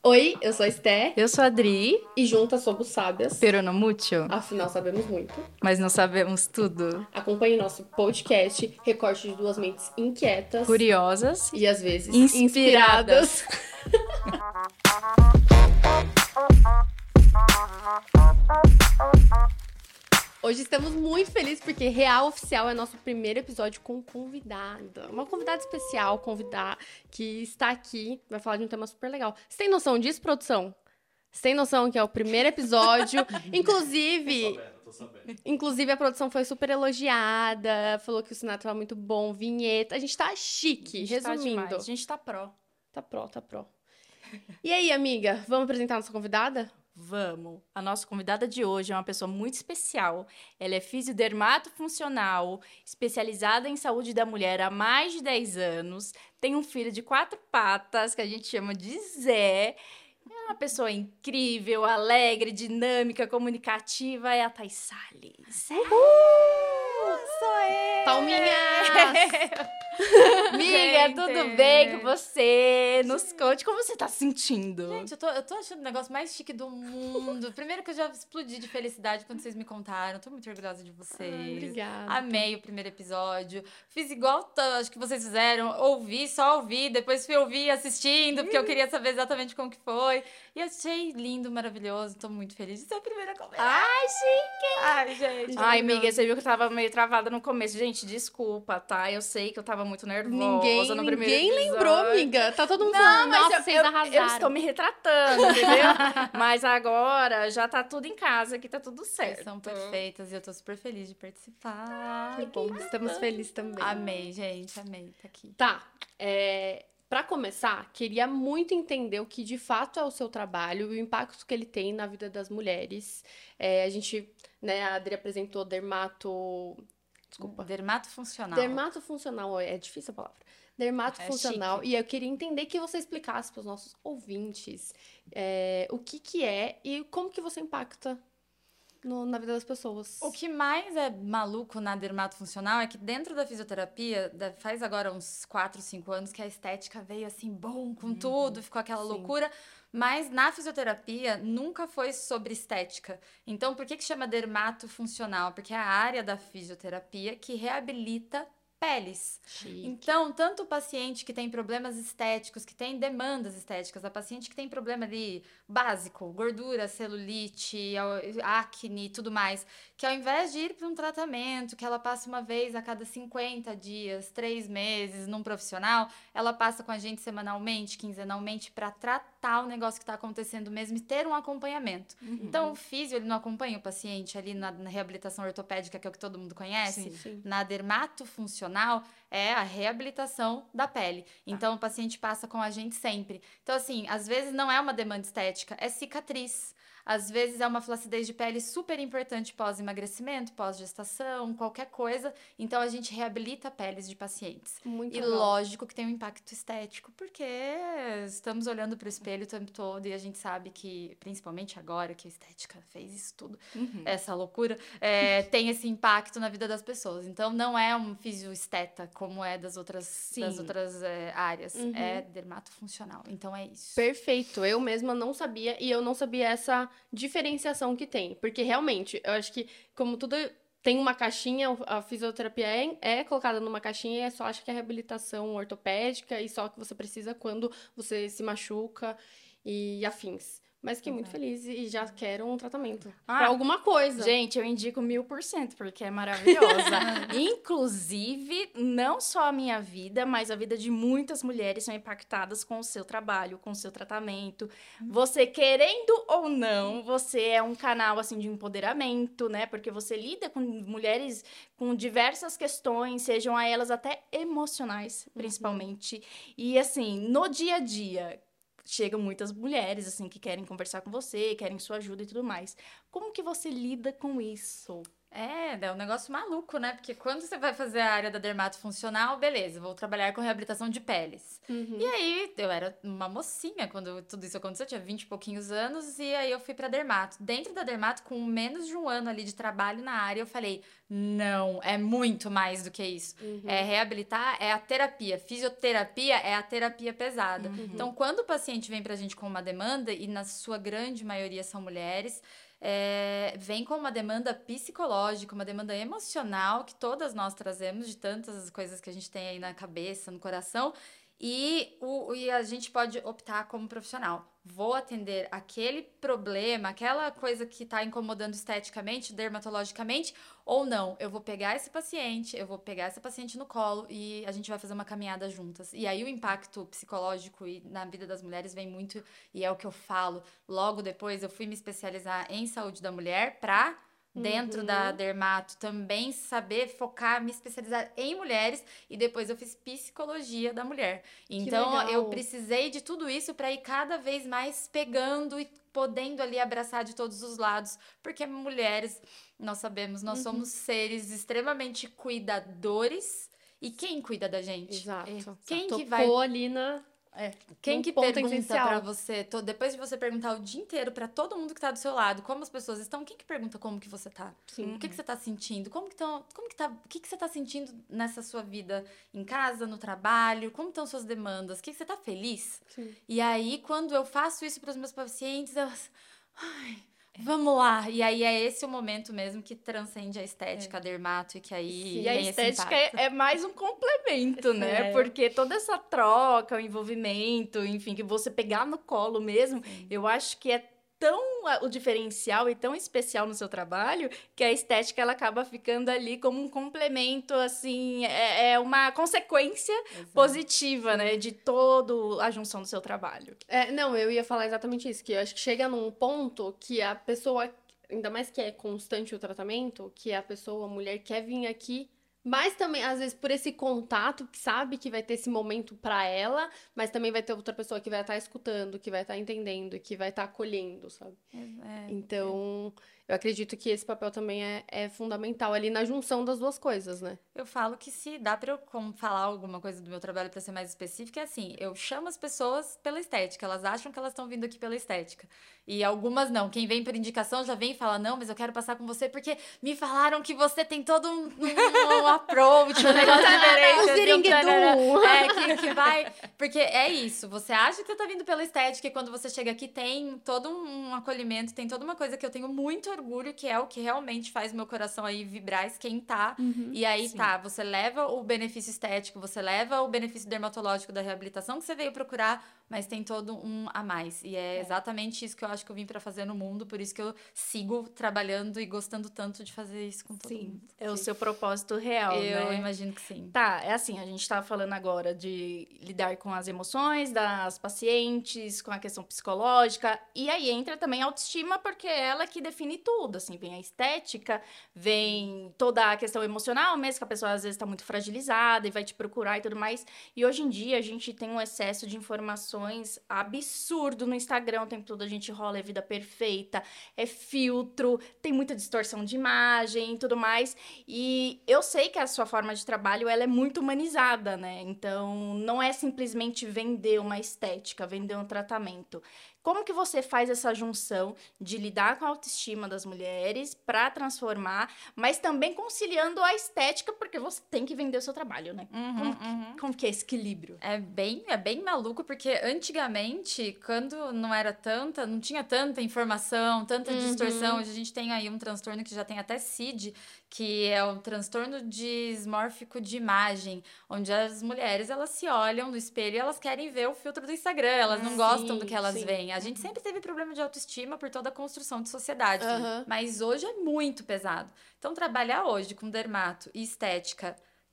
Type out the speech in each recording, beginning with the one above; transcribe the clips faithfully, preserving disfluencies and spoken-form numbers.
Oi, eu sou a Esté Eu sou a Adri, e juntas somos sábias, pero no mucho, afinal sabemos muito. mas não sabemos tudo. Acompanhe nosso podcast, recorte de duas mentes inquietas Curiosas, e às vezes inspiradas. inspiradas. Hoje estamos muito felizes porque Real Oficial é nosso primeiro episódio com convidada. Uma convidada especial, convidada que está aqui, vai falar de um tema super legal. Você tem noção disso, produção? Você tem noção que é o primeiro episódio? Inclusive, Tô sabendo, tô sabendo. inclusive a produção foi super elogiada, falou que o cenário estava muito bom, vinheta. A gente tá chique, A gente tá resumindo. demais, a gente tá pró. Tá pró, tá pró. E aí, amiga, vamos apresentar a nossa convidada? Vamos! A nossa convidada de hoje é uma pessoa muito especial. Ela é fisiodermatofuncional, especializada em saúde da mulher há mais de dez anos, tem um filho de quatro patas, que a gente chama de Zé. É uma pessoa incrível, alegre, dinâmica, comunicativa. É a Thaís Salles. Uhul! Sou eu! Palminhas! Amiga, Gente. tudo bem com você? Nos conte como você tá se sentindo. Gente, eu tô, eu tô achando o negócio mais chique do mundo. Primeiro que eu já explodi de felicidade quando vocês me contaram. Tô muito orgulhosa de vocês. Ai, obrigada. Amei o primeiro episódio. Fiz igual t- acho que vocês fizeram. Ouvi, só ouvi. Depois fui ouvir assistindo, porque eu queria saber exatamente como que foi. E achei lindo, maravilhoso. Tô muito feliz de ser a primeira conversa. Ai, chique! Ai, gente. Ai, maravilhoso. amiga, você viu que eu tava meio travada no começo. Gente, desculpa, tá? Eu sei que eu tava muito nervosa Ninguém, no primeiro ninguém episódio. lembrou, amiga. Tá todo mundo Não, falando, mas nossa, eu, vocês eu, arrasaram. eu estou me retratando, entendeu? Mas agora já tá tudo em casa, que tá tudo certo. Vocês são perfeitas e eu tô super feliz de participar. Que bom, estamos felizes também. Amei, gente, amei. Tá aqui. Tá, é, para começar, queria muito entender o que de fato é o seu trabalho e o impacto que ele tem na vida das mulheres. É, a gente, né, a Adri apresentou dermato... Desculpa. Dermato funcional. Dermato funcional, é difícil a palavra. Dermato É funcional. E eu queria entender que você explicasse para os nossos ouvintes é, o que que é e como que você impacta no- na vida das pessoas. O que mais é maluco na dermato funcional é que dentro da fisioterapia, da- faz agora uns quatro, cinco anos que a estética veio assim, bom, com tudo, ficou aquela sim. loucura. Mas na fisioterapia nunca foi sobre estética. Então, por que que chama dermato funcional? Porque é a área da fisioterapia que reabilita peles. Chique. Então, tanto o paciente que tem problemas estéticos, que tem demandas estéticas, a paciente que tem problema ali básico, gordura, celulite, ao- acne e tudo mais, que ao invés de ir para um tratamento, que ela passa uma vez a cada cinquenta dias, três meses num profissional, ela passa com a gente semanalmente, quinzenalmente, para tratar o negócio que está acontecendo mesmo e ter um acompanhamento. Então, o físio, ele não acompanha o paciente ali na, na reabilitação ortopédica, que é o que todo mundo conhece. Sim, sim. Na dermatofuncional é a reabilitação da pele. Então, o paciente passa com a gente sempre. Então, assim, às vezes não é uma demanda estética, é cicatriz. Às vezes é uma flacidez de pele super importante pós-emagrecimento, pós-gestação, qualquer coisa. Então, a gente reabilita peles de pacientes. Muito E legal. lógico que tem um impacto estético, porque estamos olhando para o espelho o tempo todo e a gente sabe que, principalmente agora que a estética fez isso tudo, Uhum. essa loucura, é, tem esse impacto na vida das pessoas. Então, não é um fisioesteta como é das outras, Sim. das outras é, áreas. Uhum. É dermatofuncional. Então, é isso. Perfeito, eu mesma não sabia e eu não sabia essa diferenciação que tem, porque realmente, eu acho que como tudo tem uma caixinha, a fisioterapia é, é colocada numa caixinha e é só acha que é reabilitação ortopédica e só que você precisa quando você se machuca e afins. Mas fiquei muito feliz e já quero um tratamento Ah, pra alguma coisa. Gente, eu indico mil por cento, porque é maravilhosa. Inclusive, não só a minha vida, mas a vida de muitas mulheres são impactadas com o seu trabalho, com o seu tratamento. Você querendo ou não, você é um canal, assim, de empoderamento, né? Porque você lida com mulheres com diversas questões, sejam a elas até emocionais, principalmente. E, assim, no dia a dia, chegam muitas mulheres, assim, que querem conversar com você, querem sua ajuda e tudo mais. Como que você lida com isso? É, é um negócio maluco, né? Porque quando você vai fazer a área da dermato funcional, beleza, vou trabalhar com reabilitação de peles. Uhum. E aí, eu era uma mocinha quando tudo isso aconteceu, eu tinha vinte e pouquinhos anos, e aí eu fui pra dermato. Dentro da dermato, com menos de um ano ali de trabalho na área, eu falei, não, é muito mais do que isso. Uhum. É reabilitar, é a terapia. Fisioterapia é a terapia pesada. Uhum. Então, quando o paciente vem pra gente com uma demanda, e na sua grande maioria são mulheres, É, vem com uma demanda psicológica, uma demanda emocional que todas nós trazemos de tantas coisas que a gente tem aí na cabeça, no coração, e, o, e a gente pode optar como profissional. Vou atender aquele problema, aquela coisa que está incomodando esteticamente, dermatologicamente, ou não. Eu vou pegar esse paciente, eu vou pegar essa paciente no colo e a gente vai fazer uma caminhada juntas. E aí o impacto psicológico e na vida das mulheres vem muito, e é o que eu falo. Logo depois eu fui me especializar em saúde da mulher para dentro Uhum. da dermato também saber focar, me especializar em mulheres, e depois eu fiz psicologia da mulher. Então legal. eu precisei de tudo isso para ir cada vez mais pegando e podendo ali abraçar de todos os lados, porque mulheres, nós sabemos, nós Uhum. somos seres extremamente cuidadores, e quem cuida da gente? Exato. Quem Tocou que vai ali na... É. Quem Num que ponto pergunta essencial. pra você, to- depois de você perguntar o dia inteiro pra todo mundo que tá do seu lado, como as pessoas estão, quem que pergunta como que você tá? Sim. O que que você tá sentindo? Como que tão, como que tá, o que que você tá sentindo nessa sua vida em casa, no trabalho? Como estão suas demandas? O que que você tá feliz? Sim. E aí, quando eu faço isso pros meus pacientes, elas, ai, vamos lá. E aí é esse o momento mesmo que transcende a estética, a dermato, e que aí Sim. E a tem esse estética impacto. é, é mais um complemento, né? É. Porque toda essa troca, o envolvimento, enfim, que você pegar no colo mesmo, Sim. eu acho que é tão ah, o diferencial e tão especial no seu trabalho que a estética ela acaba ficando ali como um complemento, assim, é, é uma consequência Exato. positiva, né? De toda a junção do seu trabalho. É, não, eu ia falar exatamente isso, que eu acho que chega num ponto que a pessoa, ainda mais que é constante o tratamento, que a pessoa, a mulher, quer vir aqui, mas também, às vezes, por esse contato, que sabe que vai ter esse momento pra ela, mas também vai ter outra pessoa que vai estar escutando, que vai estar entendendo, que vai estar acolhendo, sabe? É. Então, eu acredito que esse papel também é, é fundamental ali na junção das duas coisas, né? Eu falo que se dá pra eu com- falar alguma coisa do meu trabalho pra ser mais específica, é assim, eu chamo as pessoas pela estética, elas acham que elas estão vindo aqui pela estética. E algumas não. Quem vem por indicação já vem e fala, não, mas eu quero passar com você porque me falaram que você tem todo um, um, um approach, um negócio diferente. O assim, um ziringuidu. tarará. É, que, que vai... Porque é isso, você acha que você tá vindo pela estética e quando você chega aqui tem todo um acolhimento, tem toda uma coisa que eu tenho muito orgulho, que é o que realmente faz meu coração aí vibrar, esquentar. E aí, Sim. tá, você leva o benefício estético, você leva o benefício dermatológico da reabilitação que você veio procurar, mas tem todo um a mais. E é, exatamente isso que eu acho que eu vim pra fazer no mundo, por isso que eu sigo trabalhando e gostando tanto de fazer isso com todo Sim, mundo. é o seu propósito real, Eu né? imagino que sim. Tá, é assim, a gente tava falando agora de lidar com as emoções das pacientes, com a questão psicológica, e aí entra também a autoestima, porque é ela que define tudo, assim, vem a estética, vem toda a questão emocional mesmo, que a pessoa às vezes tá muito fragilizada e vai te procurar e tudo mais, e hoje em dia a gente tem um excesso de informações absurdo no Instagram, o tempo todo a gente rola, é vida perfeita, é filtro, tem muita distorção de imagem e tudo mais, e eu sei que a sua forma de trabalho, ela é muito humanizada, né? Então, não é simplesmente vender uma estética, vender um tratamento. Como que você faz essa junção de lidar com a autoestima das mulheres para transformar, mas também conciliando a estética, porque você tem que vender o seu trabalho, né? como, que, como que é esse equilíbrio? É bem, é bem maluco, porque antigamente, quando não era tanta, não tinha tanta informação, tanta Uhum. distorção. Hoje a gente tem aí um transtorno que já tem até C I D, que é o transtorno dismórfico de imagem, onde as mulheres, elas se olham no espelho e elas querem ver o filtro do Instagram, elas não Sim, gostam do que elas sim. veem. A gente sempre teve problema de autoestima por toda a construção de sociedade, Aham. mas hoje é muito pesado. Então, trabalhar hoje com dermato e estética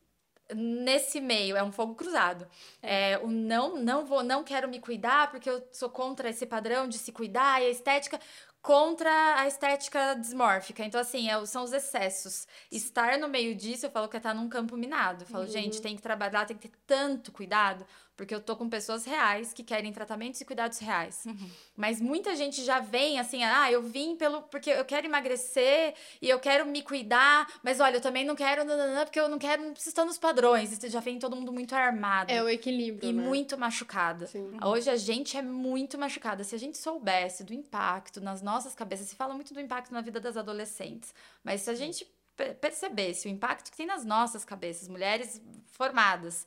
nesse meio é um fogo cruzado. É, o não, não vou, não quero me cuidar porque eu sou contra esse padrão de se cuidar e a estética. contra a estética dismórfica. Então, assim, é, são os excessos. Estar no meio disso, eu falo que é estar num campo minado. Eu falo, Uhum. gente, tem que trabalhar, tem que ter tanto cuidado, porque eu tô com pessoas reais que querem tratamentos e cuidados reais. Uhum. Mas muita gente já vem assim, ah, eu vim pelo porque eu quero emagrecer e eu quero me cuidar, mas olha, eu também não quero, nananã, porque eu não quero, não preciso estar nos padrões. E já vem todo mundo muito armado. É o equilíbrio, E né? muito machucada. Sim. Hoje a gente é muito machucada. Se a gente soubesse do impacto nas nossas cabeças, se fala muito do impacto na vida das adolescentes, mas se a gente pe- percebesse o impacto que tem nas nossas cabeças, mulheres formadas,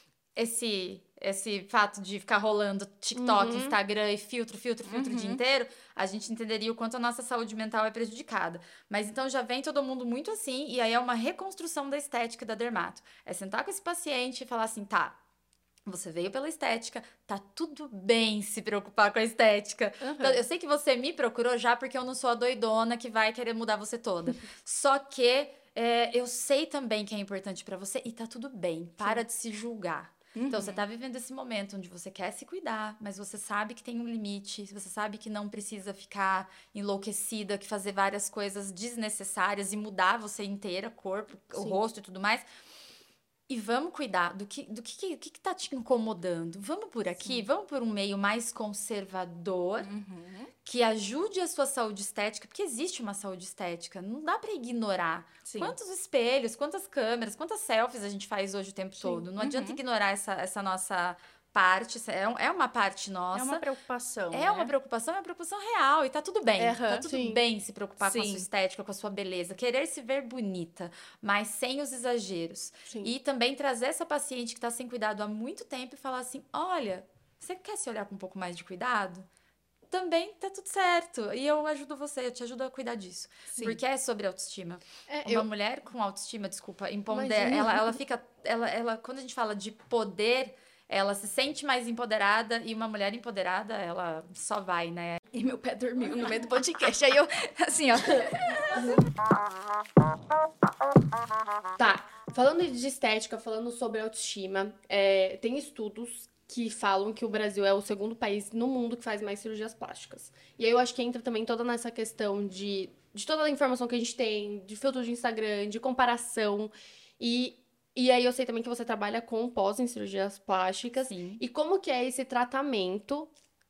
esse esse fato de ficar rolando TikTok, Uhum. Instagram e filtro, filtro, filtro o dia Uhum. inteiro, a gente entenderia o quanto a nossa saúde mental é prejudicada. Mas então já vem todo mundo muito assim, e aí é uma reconstrução da estética da dermato. É sentar com esse paciente e falar assim, tá, você veio pela estética, tá tudo bem se preocupar com a estética. Uhum. Então, eu sei que você me procurou já porque eu não sou a doidona que vai querer mudar você toda. Só que é, eu sei também que é importante pra você e tá tudo bem. Para de se julgar. Então, você tá vivendo esse momento onde você quer se cuidar, mas você sabe que tem um limite, você sabe que não precisa ficar enlouquecida, que fazer várias coisas desnecessárias e mudar você inteira, corpo, o Sim. rosto e tudo mais. E vamos cuidar do que do que, que, que, que tá te incomodando. Vamos por aqui, vamos por um meio mais conservador, Uhum. que ajude a sua saúde estética, porque existe uma saúde estética, não dá pra ignorar. Sim. Quantos espelhos, quantas câmeras, quantas selfies a gente faz hoje o tempo Sim. todo? Não Uhum. adianta ignorar essa, essa nossa parte, essa é, um- é uma parte nossa. É uma preocupação, É né? uma preocupação, é uma preocupação real. E tá tudo bem. Aham, Tá tudo sim. bem se preocupar com a Sim. sua estética, com a sua beleza. Querer se ver bonita, mas sem os exageros. Sim. E também trazer essa paciente que tá sem cuidado há muito tempo e falar assim: olha, você quer se olhar com um pouco mais de cuidado? Também tá tudo certo. E eu ajudo você, eu te ajudo a cuidar disso. Sim. Porque é sobre autoestima. É, Uma eu... mulher com autoestima, desculpa, empoder, Imagina. ela, ela fica. Ela, ela, quando a gente fala de poder, ela se sente mais empoderada, e uma mulher empoderada, ela só vai, né? E meu pé dormiu no meio do podcast. Aí eu, assim, ó. Tá, falando de estética, falando sobre autoestima, é, tem estudos que falam que o Brasil é o segundo país no mundo que faz mais cirurgias plásticas. E aí eu acho que entra também toda nessa questão de, de toda a informação que a gente tem, de filtro de Instagram, de comparação. E, e aí eu sei também que você trabalha com pós em cirurgias plásticas. Sim. E como que é esse tratamento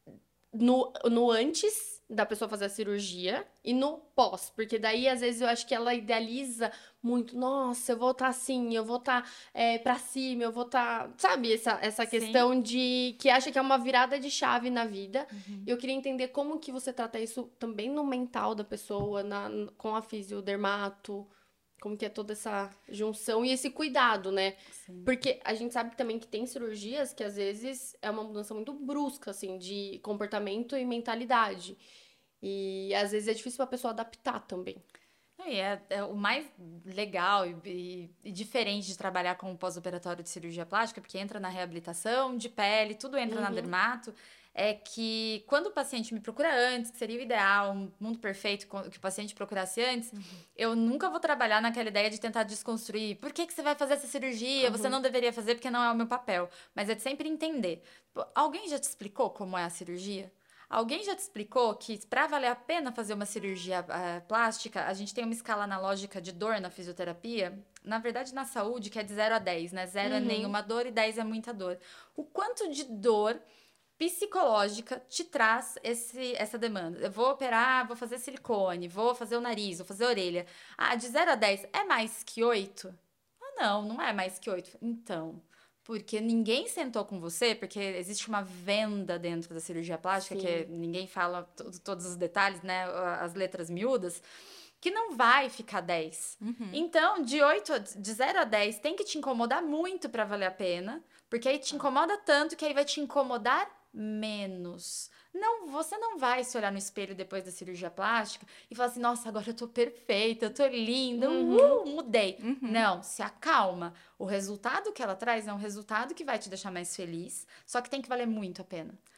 no, no antes da pessoa fazer a cirurgia e no pós? Porque daí, às vezes, eu acho que ela idealiza muito. Nossa, eu vou estar assim, eu vou estar é, pra cima, eu vou estar... Sabe, essa, essa Sim. questão de... Que acha que é uma virada de chave na vida. Uhum. Eu queria entender como que você trata isso também no mental da pessoa, na, com a fisiodermato. Como que é toda essa junção e esse cuidado, né? Sim. Porque a gente sabe também que tem cirurgias que, às vezes, é uma mudança muito brusca, assim, de comportamento e mentalidade. E, às vezes, é difícil pra pessoa adaptar também. E é, é o mais legal e, e- e diferente de trabalhar com o pós-operatório de cirurgia plástica, porque entra na reabilitação de pele, tudo entra na Uhum. dermato, é que quando o paciente me procura antes, que seria o ideal, um mundo perfeito, co- que o paciente procurasse antes, eu nunca vou trabalhar naquela ideia de tentar desconstruir. Por que, que você vai fazer essa cirurgia? Você Uhum. não deveria fazer porque não é o meu papel. Mas é de sempre entender. Pô, alguém já te explicou como é a cirurgia? Alguém já te explicou que para valer a pena fazer uma cirurgia eh, plástica, a gente tem uma escala analógica de dor na fisioterapia? Na verdade, na saúde, que é de zero a dez, né? zero é Uhum. nenhuma dor e dez é muita dor. O quanto de dor psicológica te traz esse, essa demanda? Eu vou operar, vou fazer silicone, vou fazer o nariz, vou fazer a orelha. Ah, de zero a dez é mais que oito? Ah, não, não é mais que oito. Então, porque ninguém sentou com você, porque existe uma venda dentro da cirurgia plástica, Sim. que ninguém fala to- todos os detalhes, né? As letras miúdas, que não vai ficar dez. Uhum. Então, de oito, a- de zero a dez, tem que te incomodar muito para valer a pena, porque aí te incomoda tanto que aí vai te incomodar menos. Não, você não vai se olhar no espelho depois da cirurgia plástica e falar assim: nossa, agora eu tô perfeita, eu tô linda, Uhum. uh, mudei. Uhum. Não, se acalma. O resultado que ela traz é um resultado que vai te deixar mais feliz, só que tem que valer muito a pena.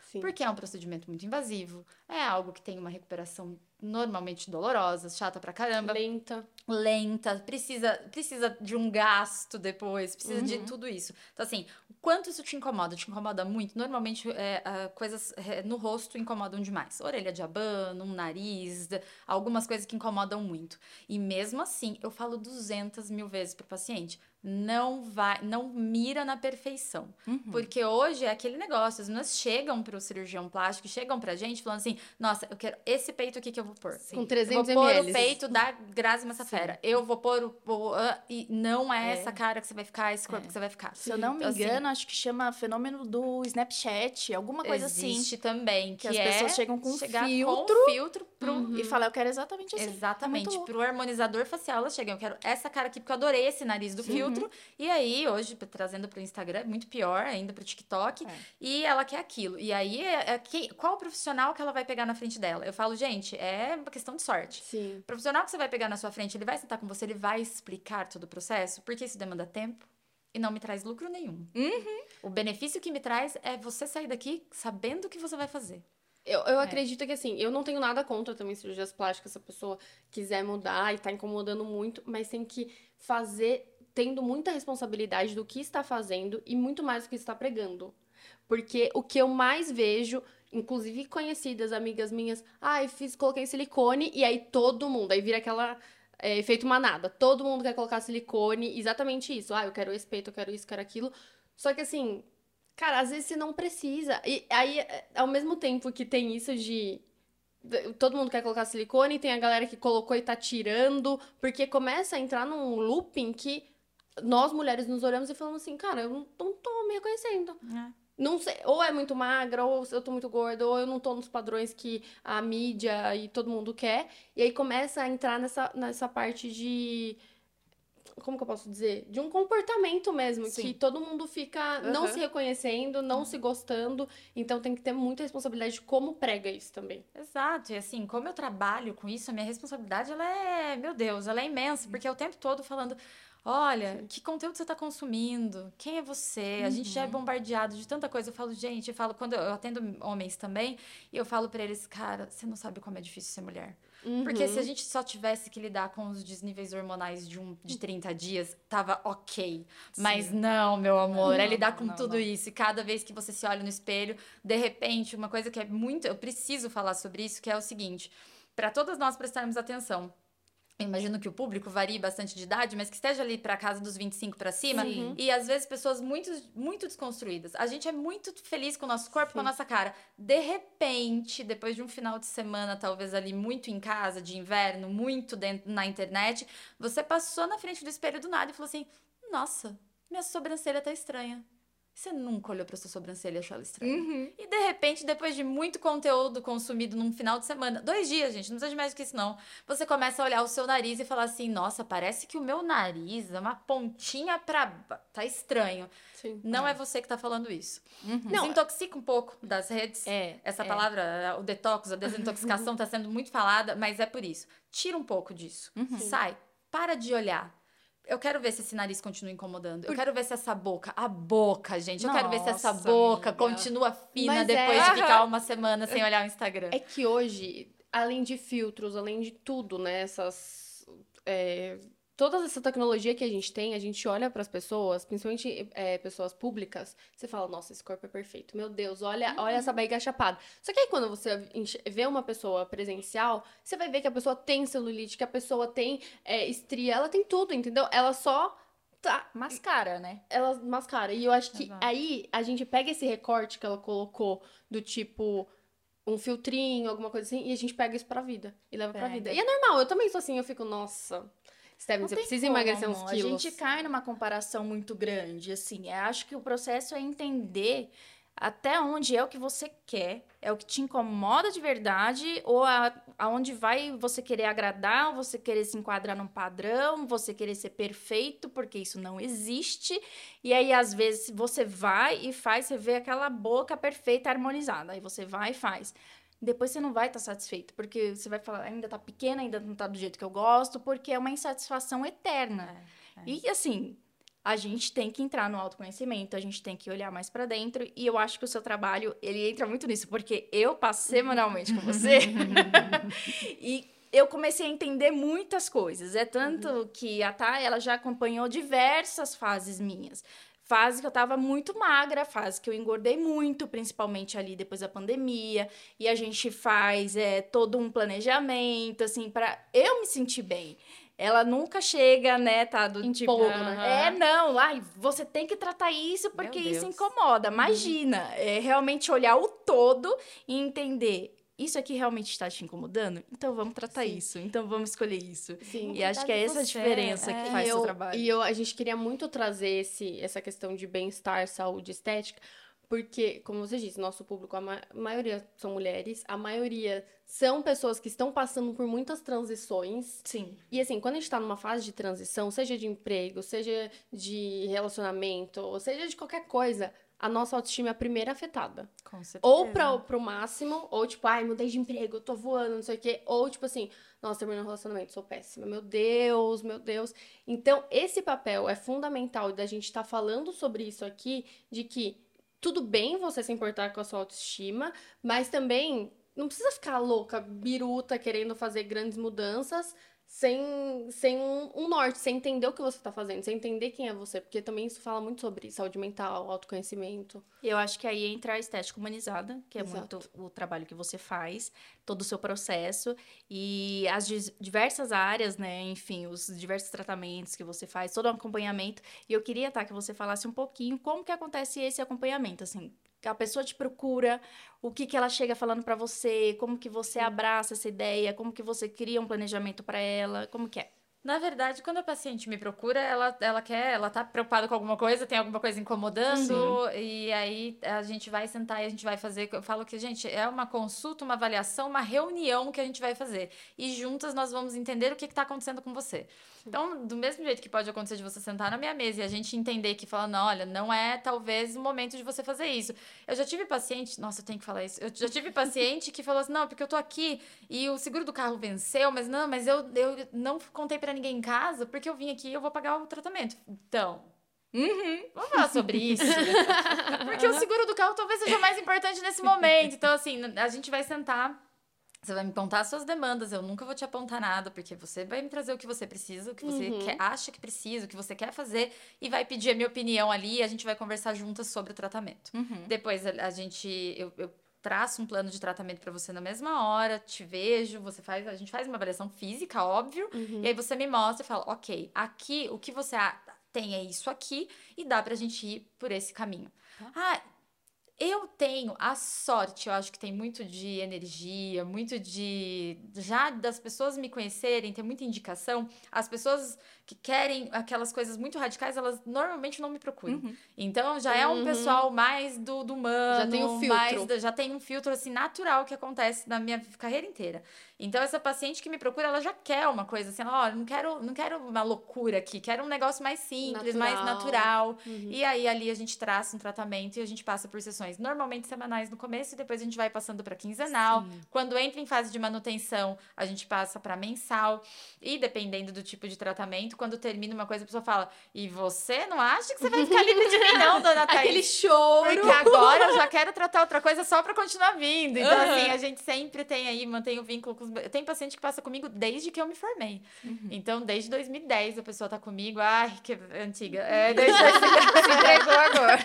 Sim. Porque é um procedimento muito invasivo, é algo que tem uma recuperação normalmente dolorosa, chata pra caramba. Lenta. Lenta, precisa, precisa de um gasto depois, precisa de tudo isso. Então, assim, o quanto isso te incomoda? Te incomoda muito? Normalmente, é, a, coisas é, no rosto incomodam demais. Orelha de abano, um nariz, d- algumas coisas que incomodam muito. E mesmo assim, eu falo duzentas mil vezes pro paciente, não vai, não mira na perfeição. Porque hoje é aquele negócio, as meninas chegam pro cirurgião plástico, chegam pra gente falando assim, nossa, eu quero esse peito aqui que eu vou pôr. Com Eu trezentos vou pôr o mililitros. peito da Grazi Massafera. Eu vou pôr o... o ah, e não é, É. essa cara que você vai ficar, esse corpo que você vai ficar. Se eu não me Então, assim, engano, acho que chama fenômeno do Snapchat, alguma coisa existe assim. também, que, Que as é pessoas chegam com chegar filtro com filtro pro... E falar, eu quero exatamente assim. Exatamente, É muito louco. pro harmonizador facial elas chegam, eu quero essa cara aqui, porque eu adorei esse nariz do filtro, e aí hoje, p- trazendo pro Instagram, é muito pior ainda pro TikTok, É. e ela quer aquilo, e aí, é, é que, qual profissional que ela vai pegar na frente dela? Eu falo, gente, é uma questão de sorte. Sim. O profissional que você vai pegar na sua frente, ele vai sentar com você, ele vai explicar todo o processo, porque isso demanda tempo e não me traz lucro nenhum. O benefício que me traz é você sair daqui sabendo o que você vai fazer. Eu, eu acredito que, assim, eu não tenho nada contra também cirurgias plásticas, se a pessoa quiser mudar e tá incomodando muito, mas tem que fazer tendo muita responsabilidade do que está fazendo e muito mais do que está pregando. Porque o que eu mais vejo, inclusive conhecidas, amigas minhas, ah, eu fiz, coloquei silicone, e aí todo mundo, aí vira aquela é, efeito manada. Todo mundo quer colocar silicone, exatamente isso. Ah, eu quero esse peito, eu quero isso, eu quero aquilo. Só que assim, cara, às vezes você não precisa. E aí, é, ao mesmo tempo que tem isso de de- todo mundo quer colocar silicone, tem a galera que colocou e tá tirando, porque começa a entrar num looping que nós mulheres nos olhamos e falamos assim, cara, eu não, não tô me reconhecendo. Não sei, ou é muito magra, ou eu tô muito gorda, ou eu não tô nos padrões que a mídia e todo mundo quer. E aí começa a entrar nessa, nessa parte de. Como que eu posso dizer? De um comportamento mesmo, Sim. que todo mundo fica não Aham. se reconhecendo, não se gostando. Então tem que ter muita responsabilidade de como prega isso também. Exato, e assim, como eu trabalho com isso, a minha responsabilidade, ela é, meu Deus, ela é imensa, porque é o tempo todo falando, olha, que conteúdo você está consumindo? Quem é você? A gente já é bombardeado de tanta coisa. Eu falo, gente, eu falo, quando eu atendo homens também, e eu falo pra eles, cara, você não sabe como é difícil ser mulher. Porque se a gente só tivesse que lidar com os desníveis hormonais de, um, de trinta dias, tava ok. Mas não, meu amor, é Não, lidar não, com não, tudo não. isso. E cada vez que você se olha no espelho, de repente, uma coisa que é muito. Eu preciso falar sobre isso, que é o seguinte: para todas nós prestarmos atenção. Eu imagino que o público varie bastante de idade, mas que esteja ali para casa dos vinte e cinco para cima. Sim. E às vezes pessoas muito, muito desconstruídas. A gente é muito feliz com o nosso corpo, com a Sim. nossa cara. De repente, depois de um final de semana, talvez ali muito em casa, de inverno, muito dentro, na internet, você passou na frente do espelho do nada e falou assim: nossa, minha sobrancelha tá estranha. Você nunca olhou pra sua sobrancelha e achou ela estranha. Uhum. E de repente, depois de muito conteúdo consumido num final de semana, dois dias, gente, não precisa de mais do que isso, não. Você começa a olhar o seu nariz e falar assim: nossa, parece que o meu nariz é uma pontinha pra. ba- Tá estranho. Sim. Não é você que tá falando isso. Uhum. Não, Desintoxica um pouco das redes. É, Essa é. palavra, o detox, a desintoxicação tá sendo muito falada, mas é por isso. Tira um pouco disso. Sai. Para de olhar. Eu quero ver se esse nariz continua incomodando. Eu quero ver se essa boca, a boca, gente, eu quero ver se essa Nossa, boca amiga. continua fina Mas depois é- de ficar uma semana sem olhar o Instagram. É que hoje, além de filtros, além de tudo, né? Essas. é, toda essa tecnologia que a gente tem, a gente olha pras pessoas, principalmente é, pessoas públicas, você fala, nossa, esse corpo é perfeito. Meu Deus, olha, olha essa barriga chapada. Só que aí quando você enx- vê uma pessoa presencial, você vai ver que a pessoa tem celulite, que a pessoa tem é, estria, ela tem tudo, entendeu? Ela só tá. Mascara, né? Ela mascara. E eu acho que Exato. aí a gente pega esse recorte que ela colocou do tipo um filtrinho, alguma coisa assim, e a gente pega isso pra vida. E leva pra Pega. vida. E é normal, eu também sou assim, eu fico, nossa, Stephanie, Não você tem precisa como, emagrecer uns amor. quilos. A gente cai numa comparação muito grande, assim. Eu acho que o processo é entender até onde é o que você quer, é o que te incomoda de verdade, ou a, aonde vai você querer agradar, ou você querer se enquadrar num padrão, você querer ser perfeito, porque isso não existe. E aí, às vezes, você vai e faz, você vê aquela boca perfeita, harmonizada. Aí você vai e faz. Depois você não vai estar satisfeito, porque você vai falar, ainda tá pequena, ainda não tá do jeito que eu gosto, porque é uma insatisfação eterna. E assim, a gente tem que entrar no autoconhecimento, a gente tem que olhar mais pra dentro, e eu acho que o seu trabalho, ele entra muito nisso, porque eu passo semanalmente com você, e eu comecei a entender muitas coisas, é tanto uhum. que a Thay, ela já acompanhou diversas fases minhas, fase que eu tava muito magra, fase que eu engordei muito, principalmente ali depois da pandemia, e a gente faz é, todo um planejamento, assim, pra eu me sentir bem. Ela nunca chega, né, tá, do tipo... Impor, né? É, não, ai, você tem que tratar isso porque isso incomoda. Imagina, uhum. é, realmente olhar o todo e entender... Isso aqui realmente está te incomodando? Então vamos tratar Sim. isso. Então vamos escolher isso. Sim. E acho que é essa a diferença é. que faz o seu trabalho. E eu, a gente queria muito trazer esse, essa questão de bem-estar, saúde, estética, porque, como você disse, nosso público, a ma- maioria são mulheres, a maioria são pessoas que estão passando por muitas transições. Sim. E assim, quando a gente tá numa fase de transição, seja de emprego, seja de relacionamento, ou seja de qualquer coisa, a nossa autoestima é a primeira afetada. Com certeza. Ou pra, pro máximo, ou tipo, ai, mudei de emprego, eu tô voando, não sei o quê. Ou tipo assim, nossa, terminei um relacionamento, sou péssima. Meu Deus, meu Deus. Então, esse papel é fundamental da gente estar tá falando sobre isso aqui, de que tudo bem você se importar com a sua autoestima, mas também não precisa ficar louca, biruta, querendo fazer grandes mudanças, sem, sem um, um norte, sem entender o que você tá fazendo, sem entender quem é você, porque também isso fala muito sobre saúde mental, autoconhecimento. Eu acho que aí entra a estética humanizada, que é Exato. muito o trabalho que você faz, todo o seu processo, e as diversas áreas, né, enfim, os diversos tratamentos que você faz, todo o acompanhamento, e eu queria, tá, que você falasse um pouquinho como que acontece esse acompanhamento, assim, a pessoa te procura, o que que ela chega falando pra você, como que você abraça essa ideia, como que você cria um planejamento pra ela, como que é? Na verdade, quando a paciente me procura, ela, ela quer, ela tá preocupada com alguma coisa, tem alguma coisa incomodando, Sim. e aí a gente vai sentar e a gente vai fazer, eu falo que, gente, é uma consulta, uma avaliação, uma reunião que a gente vai fazer, e juntas nós vamos entender o que que tá acontecendo com você. Então, do mesmo jeito que pode acontecer de você sentar na minha mesa e a gente entender que fala, não, olha, não é talvez o momento de você fazer isso. Eu já tive paciente, nossa, eu tenho que falar isso, eu já tive paciente que falou assim, não, porque eu tô aqui e o seguro do carro venceu, mas não, mas eu, eu não contei pra ninguém em casa porque eu vim aqui e eu vou pagar o tratamento. Então, uhum. vamos falar sobre isso. Porque o seguro do carro talvez seja mais importante nesse momento. Então, assim, a gente vai sentar, você vai me apontar as suas demandas, eu nunca vou te apontar nada, porque você vai me trazer o que você precisa, o que você Uhum. quer, acha que precisa, o que você quer fazer, e vai pedir a minha opinião ali e a gente vai conversar juntas sobre o tratamento. Uhum. Depois, a, a gente... Eu, eu traço um plano de tratamento pra você na mesma hora, te vejo, você faz, a gente faz uma avaliação física, óbvio, Uhum. e aí você me mostra e fala, ok, aqui, o que você tem é isso aqui, e dá pra gente ir por esse caminho. Tá. Ah, eu tenho a sorte, eu acho que tem muito de energia, muito de... Já das pessoas me conhecerem, tem muita indicação. As pessoas que querem aquelas coisas muito radicais, elas normalmente não me procuram. Uhum. Então, já é um Uhum. pessoal mais do, do humano. Já tem o filtro. Mais, já tem um filtro, assim, natural que acontece na minha carreira inteira. Então, essa paciente que me procura, ela já quer uma coisa assim, ó, não quero, não quero uma loucura aqui, quero um negócio mais simples, Natural. mais natural. Uhum. E aí, ali, a gente traça um tratamento e a gente passa por sessões normalmente semanais no começo e depois a gente vai passando para quinzenal. Sim. Quando entra em fase de manutenção, a gente passa para mensal. E dependendo do tipo de tratamento, quando termina uma coisa, a pessoa fala, e você não acha que você vai ficar livre de mim não, dona Thaís? Aquele choro. Porque agora eu já quero tratar outra coisa só pra continuar vindo. Então, Uhum. assim, a gente sempre tem aí, mantém o vínculo com os... Tem paciente que passa comigo desde que eu me formei. Uhum. Então, desde dois mil e dez a pessoa tá comigo. Ai, que antiga. É, desde dois mil e dez, se entregou agora.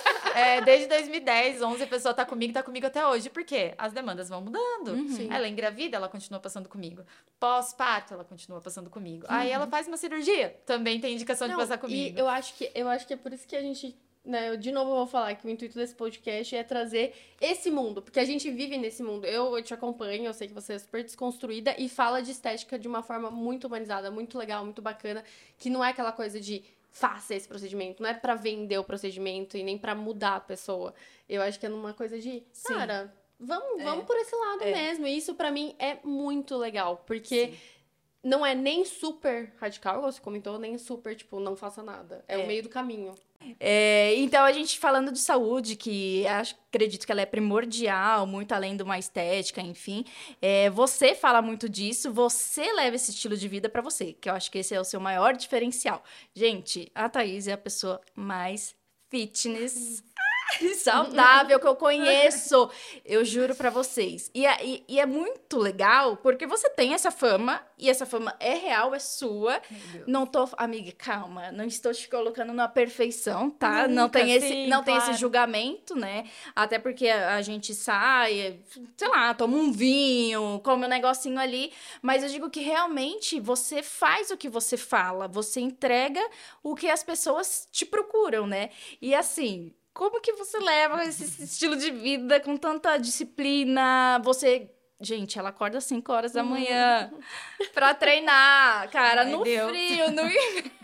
É, desde dois mil e dez, onze, a pessoa tá comigo, tá comigo até hoje. Por quê? As demandas vão mudando. Uhum. Sim. Ela engravida, ela continua passando comigo. Pós-parto, ela continua passando comigo. Aí ela faz uma cirurgia, também tem indicação Não, de passar comigo. E eu acho que, eu acho que é por isso que a gente, né, eu de novo vou falar que o intuito desse podcast é trazer esse mundo, porque a gente vive nesse mundo. Eu, eu te acompanho, eu sei que você é super desconstruída e fala de estética de uma forma muito humanizada, muito legal, muito bacana, que não é aquela coisa de faça esse procedimento, não é pra vender o procedimento e nem pra mudar a pessoa. Eu acho que é numa coisa de, Sim. cara, vamos, É. vamos por esse lado É. mesmo. E isso pra mim é muito legal, porque Sim. não é nem super radical, igual você comentou, nem super, tipo, não faça nada. É, É. o meio do caminho. É, então, a gente falando de saúde, que acho, acredito que ela é primordial, muito além de uma estética, enfim. É, você fala muito disso, você leva esse estilo de vida pra você, que eu acho que esse é o seu maior diferencial. Gente, a Thaís é a pessoa mais fitness saudável que eu conheço, eu juro pra vocês. E, é- e- e é muito legal, porque você tem essa fama, e essa fama é real, é sua. Meu Deus. Não tô... Amiga, calma, não estou te colocando na perfeição, tá? não Nunca, tem, esse, sim, não tem esse claro. julgamento, né? Até porque a, a gente sai, sei lá, toma um vinho, come um negocinho ali. Mas eu digo que realmente você faz o que você fala, você entrega o que as pessoas te procuram, né? E assim, como que você leva esse esse estilo de vida com tanta disciplina? Você. Gente, ela acorda às cinco horas da manhã pra treinar, cara, Ai, no Deus. frio, no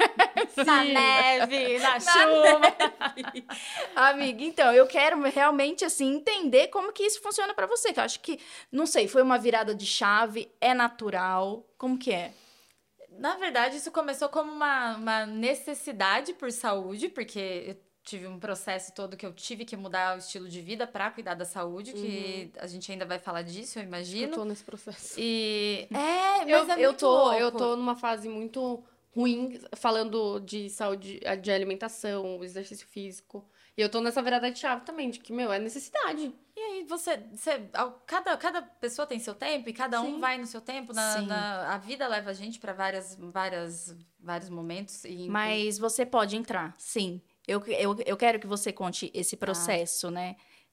Na neve, na chuva. Amiga, então, eu quero realmente, assim, entender como que isso funciona pra você, que eu acho que, não sei, foi uma virada de chave, é natural, como que é? Na verdade, isso começou como uma, uma necessidade por saúde, porque eu tive um processo todo que eu tive que mudar o estilo de vida para cuidar da saúde, que a gente ainda vai falar disso, eu Eu imagino. tô nesse processo. E é, mas Eu, é eu, muito tô, louco. eu tô numa fase muito ruim, falando de saúde, de alimentação, exercício físico. E eu tô nessa virada de chave também, de que, meu, é necessidade. E aí você, você ao- cada, cada pessoa tem seu tempo e cada um Sim. vai no seu tempo. Na, Sim. na- a vida leva a gente para várias, várias, vários momentos. E, Mas você pode entrar, sim. Eu, eu, eu quero que você conte esse processo, né?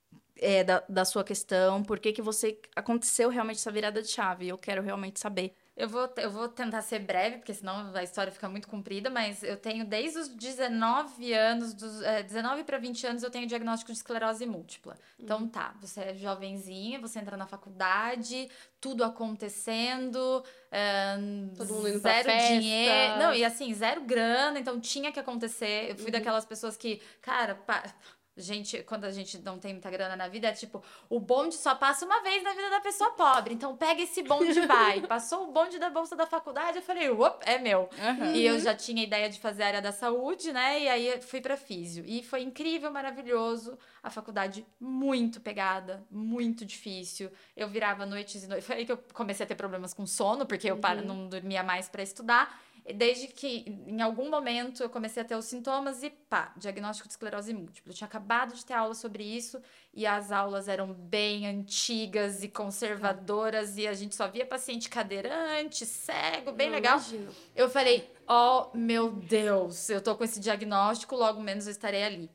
É, da, da sua questão, por que que você aconteceu realmente essa virada de chave. Eu quero realmente saber. Eu vou, eu vou tentar ser breve, porque senão a história fica muito comprida, mas eu tenho desde os dezenove anos, dos é, dezenove para vinte anos, eu tenho diagnóstico de esclerose múltipla. Então tá, você é jovenzinha, você entra na faculdade, tudo acontecendo, é, Todo mundo indo pra zero festa. dinheiro. Não, e assim, zero grana, então tinha que acontecer. Eu fui daquelas pessoas que, cara, pa- gente, quando a gente não tem muita grana na vida, é tipo, o bonde só passa uma vez na vida da pessoa pobre. Então pega esse bonde e vai. Passou o bonde da bolsa da faculdade, eu falei, op, é meu. E eu já tinha ideia de fazer a área da saúde, né? E aí eu fui pra físio. E foi incrível, maravilhoso. A faculdade muito pegada, muito difícil. Eu virava noites e noites. Foi aí que eu comecei a ter problemas com sono, porque eu para- não dormia mais pra estudar. Desde que, em algum momento, eu comecei a ter os sintomas e pá, diagnóstico de esclerose múltipla. Eu tinha acabado de ter aula sobre isso e as aulas eram bem antigas e conservadoras e a gente só via paciente cadeirante, cego, bem Eu legal. imagino. Eu falei, oh meu Deus, eu tô com esse diagnóstico, logo menos eu estarei ali.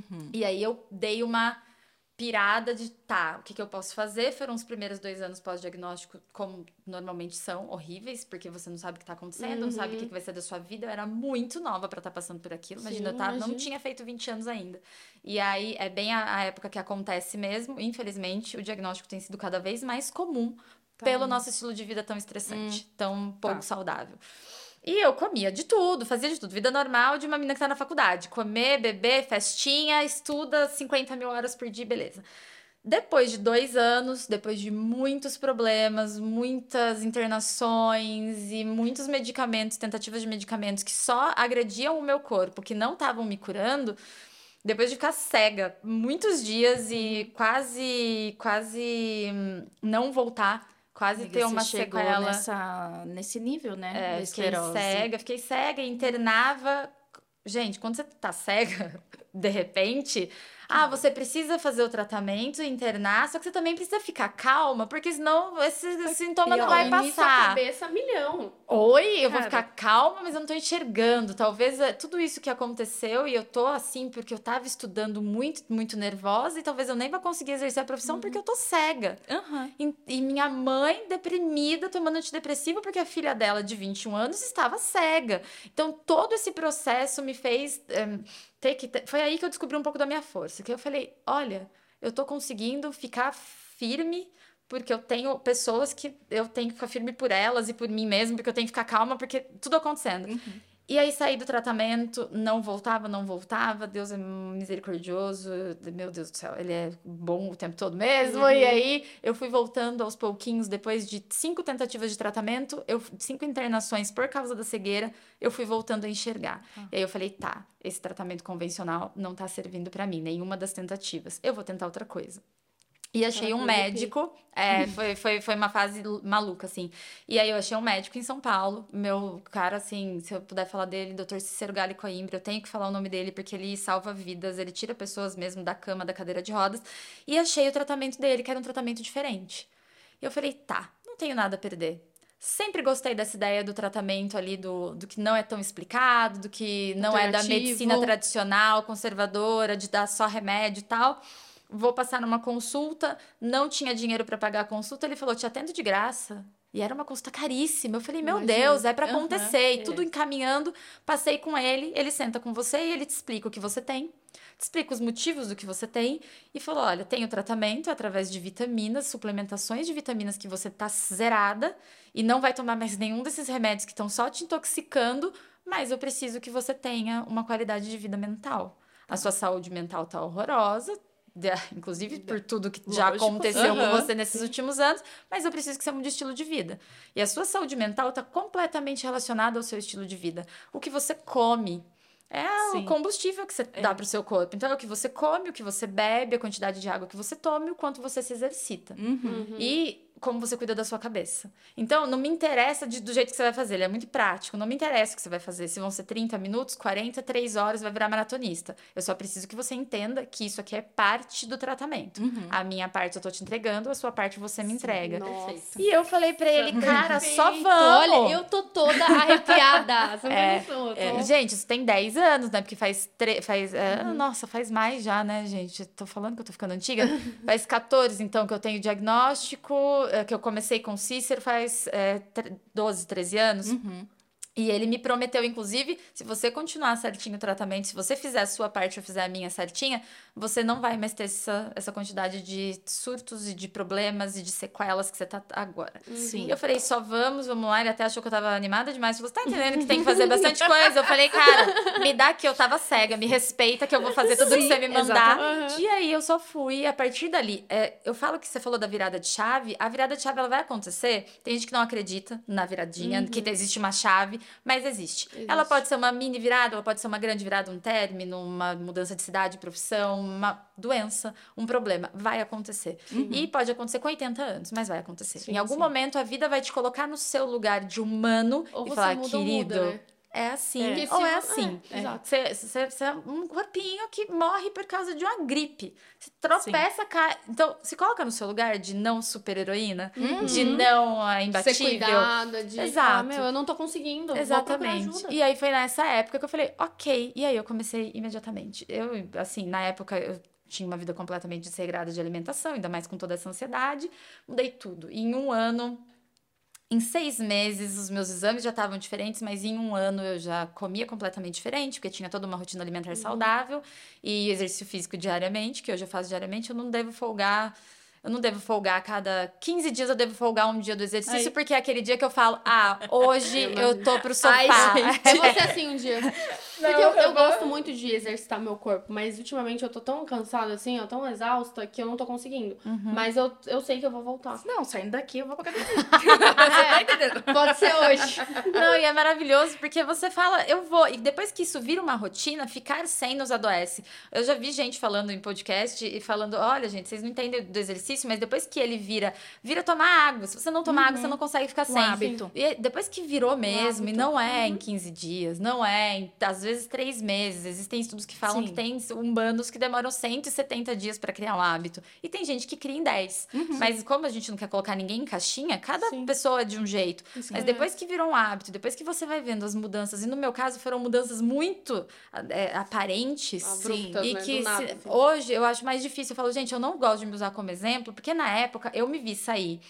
E aí eu dei uma pirada de, tá, o que, que eu posso fazer? Foram os primeiros dois anos pós-diagnóstico, como normalmente são, horríveis, porque você não sabe o que tá acontecendo, não sabe o que, que vai ser da sua vida. Eu era muito nova pra estar passando por aquilo. Imagina, Sim, eu tava, não imagino. tinha feito vinte anos ainda. E aí é bem a, a época que acontece mesmo. Infelizmente, o diagnóstico tem sido cada vez mais comum pelo nosso estilo de vida tão estressante, tão pouco Tá. saudável. E eu comia de tudo, fazia de tudo. Vida normal de uma menina que tá na faculdade. Comer, beber, festinha, estuda cinquenta mil horas por dia, beleza. Depois de dois anos, depois de muitos problemas, muitas internações e muitos medicamentos, tentativas de medicamentos que só agrediam o meu corpo, que não estavam me curando, depois de ficar cega muitos dias e quase, quase hum, não voltar, quase Amiga, ter uma você chegou sequela. nessa, nesse nível, né? É, da fiquei esclerose. cega, fiquei cega, internava. Gente, quando você tá cega, de repente, ah, você precisa fazer o tratamento, internar, só que você também precisa ficar calma, porque senão esse sintoma E, não ó, vai início a passar. cabeça a milhão. Oi, eu vou Cara. ficar calma, mas eu não tô enxergando. Talvez é tudo isso que aconteceu e eu tô assim porque eu tava estudando muito, muito nervosa e talvez eu nem vá conseguir exercer a profissão porque eu tô cega. Aham. E, e minha mãe deprimida, tomando antidepressivo porque a filha dela de vinte e um anos estava cega. Então todo esse processo me fez em, ter que ter... Foi aí que eu descobri um pouco da minha força, que eu falei, olha, eu tô conseguindo ficar firme porque eu tenho pessoas que eu tenho que ficar firme por elas e por mim mesma, porque eu tenho que ficar calma, porque tudo acontecendo. E aí saí do tratamento, não voltava, não voltava. Deus é misericordioso, meu Deus do céu, ele é bom o tempo todo mesmo. Uhum. E aí eu fui voltando aos pouquinhos, depois de cinco tentativas de tratamento, eu, cinco internações por causa da cegueira, eu fui voltando a enxergar. Ah. E aí eu falei, tá, esse tratamento convencional não tá servindo pra mim, nenhuma das tentativas. Eu vou tentar outra coisa. E achei um médico, é, foi, foi, foi uma fase maluca, assim. E aí eu achei um médico em São Paulo, meu cara, assim, se eu puder falar dele, doutor Cícero Gali Coimbra, eu tenho que falar o nome dele porque ele salva vidas, ele tira pessoas mesmo da cama, da cadeira de rodas. E achei o tratamento dele, que era um tratamento diferente. E eu falei, tá, não tenho nada a perder. Sempre gostei dessa ideia do tratamento ali, do, do que não é tão explicado, do que não é da medicina tradicional, conservadora, de dar só remédio e tal. Vou passar numa consulta, não tinha dinheiro para pagar a consulta, ele falou, te atendo de graça. E era uma consulta caríssima. Eu falei, meu Imagina. Deus, é para acontecer. Uhum, e tudo é. encaminhando, passei com ele, ele senta com você e ele te explica o que você tem, te explica os motivos do que você tem e falou, olha, tem o tratamento através de vitaminas, suplementações de vitaminas que você tá zerada e não vai tomar mais nenhum desses remédios que estão só te intoxicando, mas eu preciso que você tenha uma qualidade de vida mental. A sua saúde mental tá horrorosa, inclusive por tudo que já Lógico, aconteceu uhum, com você nesses sim. últimos anos, mas eu preciso que você mude de estilo de vida. E a sua saúde mental está completamente relacionada ao seu estilo de vida. O que você come é sim. o combustível que você é. dá para o seu corpo. Então, é o que você come, o que você bebe, a quantidade de água que você tome, o quanto você se exercita. Uhum. E como você cuida da sua cabeça. Então, não me interessa de, do jeito que você vai fazer, ele é muito prático, não me interessa o que você vai fazer, se vão ser trinta minutos, quarenta, três horas, vai virar maratonista. Eu só preciso que você entenda que isso aqui é parte do tratamento. Uhum. A minha parte eu tô te entregando, a sua parte você me entrega. Nossa. E eu falei pra ele, cara, Perfeito. só vamos! Olha, eu tô toda arrepiada. Você não é, noção, tô... é, gente, isso tem dez anos, né? Porque faz... Tre... faz é, uhum. Nossa, faz mais já, né, gente? Tô falando que eu tô ficando antiga. Faz catorze, então, que eu tenho diagnóstico... que eu comecei com o Cícero faz é, doze, treze anos. Uhum. E ele me prometeu, inclusive, se você continuar certinho o tratamento, se você fizer a sua parte e eu fizer a minha certinha, você não vai mais ter essa, essa quantidade de surtos e de problemas e de sequelas que você tá agora. Sim. E eu falei, só vamos, vamos lá. Ele até achou que eu tava animada demais. Você tá entendendo que tem que fazer bastante coisa? Eu falei, cara, me dá que eu tava cega, me respeita que eu vou fazer tudo Sim, que você me mandar. Uhum. E aí eu só fui, a partir dali, é, eu falo que você falou da virada de chave, a virada de chave ela vai acontecer. Tem gente que não acredita na viradinha, uhum. que existe uma chave, mas existe. existe. Ela pode ser uma mini virada, ela pode ser uma grande virada, um término, uma mudança de cidade, profissão, uma doença, um problema. Vai acontecer. Uhum. E pode acontecer com oitenta anos, mas vai acontecer. Sim, em algum sim. momento, a vida vai te colocar no seu lugar de humano ou e você falar, muda, querido... Muda, né? É assim, é. ou é assim. Exato. Você, você, você é um corpinho que morre por causa de uma gripe. Você tropeça, cai... Então, se coloca no seu lugar de não super-heroína, uhum. de não uh, imbatível. Ser cuidada, de... Exato. Ah, meu, eu não tô conseguindo. Exatamente. E aí, foi nessa época que eu falei, ok. E aí, eu comecei imediatamente. Eu, assim, na época... eu tinha uma vida completamente desregrada de alimentação, ainda mais com toda essa ansiedade. Mudei tudo. E em um ano... Em seis meses, os meus exames já estavam diferentes, mas em um ano eu já comia completamente diferente, porque tinha toda uma rotina alimentar uhum. saudável e exercício físico diariamente, que hoje eu faço diariamente. Eu não devo folgar... Eu não devo folgar a cada quinze dias, eu devo folgar um dia do exercício, Ai. porque é aquele dia que eu falo, ah, hoje eu, eu tô pro sofá. Ai, eu vou ser assim um dia. Não, porque eu, eu gosto muito de exercitar meu corpo, mas ultimamente eu tô tão cansada assim, ó, tão exausta, que eu não tô conseguindo. Uhum. Mas eu, eu sei que eu vou voltar. Não, saindo daqui eu vou pra academia. Você tá entendendo? Pode ser hoje. Não, e é maravilhoso, porque você fala, eu vou. E depois que isso vira uma rotina, ficar sem nos adoece. Eu já vi gente falando em podcast e falando, olha, gente, vocês não entendem do exercício, mas depois que ele vira, vira tomar água. Se você não tomar uhum. água, você não consegue ficar um sem. Hábito. E depois que virou mesmo, um e não é uhum. em quinze dias, não é em, às vezes, três meses. Existem estudos que falam Sim. que tem humanos que demoram cento e setenta dias para criar um hábito. E tem gente que cria em dez. Uhum. Mas como a gente não quer colocar ninguém em caixinha, cada Sim. pessoa é de um jeito. Sim. Mas depois que virou um hábito, depois que você vai vendo as mudanças, e no meu caso foram mudanças muito é, aparentes. Abruptas, e né? que nada, se, assim. hoje eu acho mais difícil. Eu falo, gente, eu não gosto de me usar como exemplo, porque na época eu me vi sair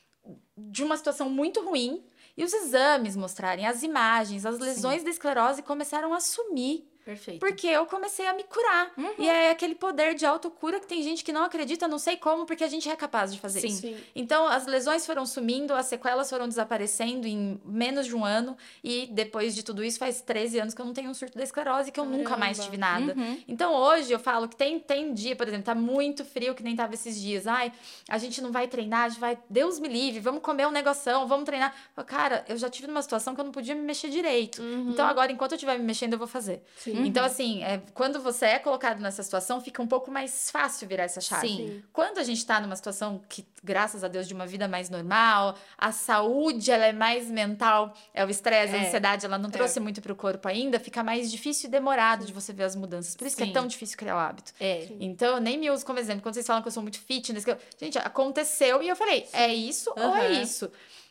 de uma situação muito ruim e os exames mostrarem, as imagens, as lesões Sim. da esclerose começaram a sumir. Perfeito. Porque eu comecei a me curar. Uhum. E é aquele poder de autocura que tem gente que não acredita, não sei como, porque a gente é capaz de fazer Sim. isso. Sim. Então, as lesões foram sumindo, as sequelas foram desaparecendo em menos de um ano. E depois de tudo isso, faz treze anos que eu não tenho um surto da esclerose, que eu Caramba. nunca mais tive nada. Uhum. Então, hoje, eu falo que tem, tem dia, por exemplo, tá muito frio, que nem tava esses dias. Ai, a gente não vai treinar, a gente vai... Deus me livre, vamos comer um negoção, vamos treinar. Cara, eu já tive numa situação que eu não podia me mexer direito. Uhum. Então, agora, enquanto eu estiver me mexendo, eu vou fazer. Sim. Então, assim, é, quando você é colocado nessa situação, fica um pouco mais fácil virar essa chave. Sim. Sim. Quando a gente tá numa situação que, graças a Deus, de uma vida mais normal, a saúde, ela é mais mental, é o estresse, a É. ansiedade, ela não trouxe muito pro corpo ainda, fica mais difícil e demorado de você ver as mudanças. Por isso que Sim. é tão difícil criar o hábito. É. Então, eu nem me uso como exemplo. Quando vocês falam que eu sou muito fitness, que eu... gente, aconteceu e eu falei, é isso ou é Aham. isso?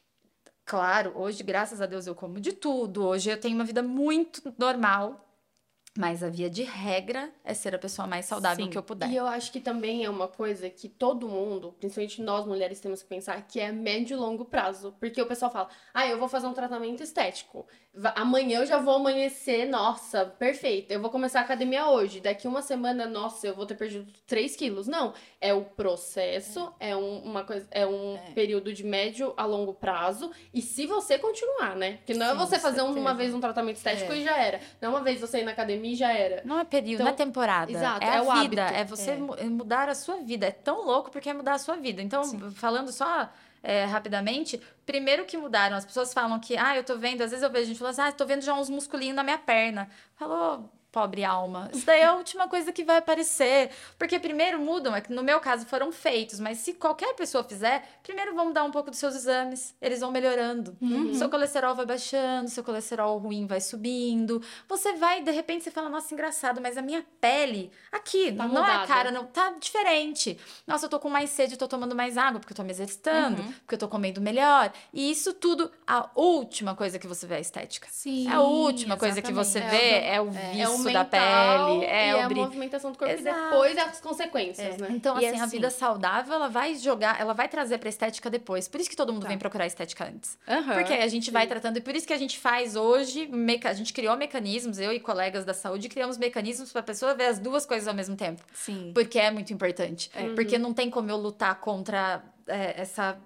Claro, hoje, graças a Deus, eu como de tudo. Hoje eu tenho uma vida muito normal. Mas a via de regra é ser a pessoa mais saudável Sim. que eu puder. E eu acho que também é uma coisa que todo mundo, principalmente nós mulheres, temos que pensar que é médio e longo prazo. Porque o pessoal fala, ah, eu vou fazer um tratamento estético. Va- Amanhã eu já vou amanhecer, nossa, perfeito. Eu vou começar a academia hoje. Daqui uma semana, nossa, eu vou ter perdido três quilos. Não, é o processo, é, um, uma coisa, é um É. período de médio a longo prazo. E se você continuar, né? Porque não é Sim, você fazer certeza. uma vez um tratamento estético É. e já era. Não é uma vez você ir na academia e já era. Não é período, Então, não é temporada. exato, é é a o vida. hábito. É você É. mu- é mudar a sua vida. É tão louco porque é mudar a sua vida. Então, Sim. falando só é, rapidamente, primeiro que mudaram, as pessoas falam que, ah, eu tô vendo, às vezes eu vejo gente falando assim, ah, tô vendo já uns musculinhos na minha perna. Falou, pobre alma. Isso daí é a última coisa que vai aparecer. Porque primeiro mudam, é que no meu caso foram feitos, mas se qualquer pessoa fizer, primeiro vão mudar um pouco dos seus exames. Eles vão melhorando. Uhum. Seu colesterol vai baixando, seu colesterol ruim vai subindo. Você vai, de repente, você fala, nossa, engraçado, mas a minha pele, aqui, Tá não é a mudada. cara, não, tá diferente. Nossa, eu tô com mais sede, eu tô tomando mais água, porque eu tô me exercitando, Uhum. porque eu tô comendo melhor. E isso tudo, a última coisa que você vê é a estética. Sim, É a última coisa que você exatamente. vê, É é o É viço o da mental pele, e é a o brilho. movimentação do corpo Exato. e depois as consequências, É. né? Então, E assim, a assim- vida saudável, ela vai jogar, ela vai trazer pra estética depois. Por isso que todo mundo Tá. vem procurar estética antes. Aham. Porque a gente vai sim. tratando, e por isso que a gente faz hoje, meca- a gente criou mecanismos, eu e colegas da saúde, criamos mecanismos pra pessoa ver as duas coisas ao mesmo tempo. Sim. Porque é muito importante. Uhum. Porque não tem como eu lutar contra é, essa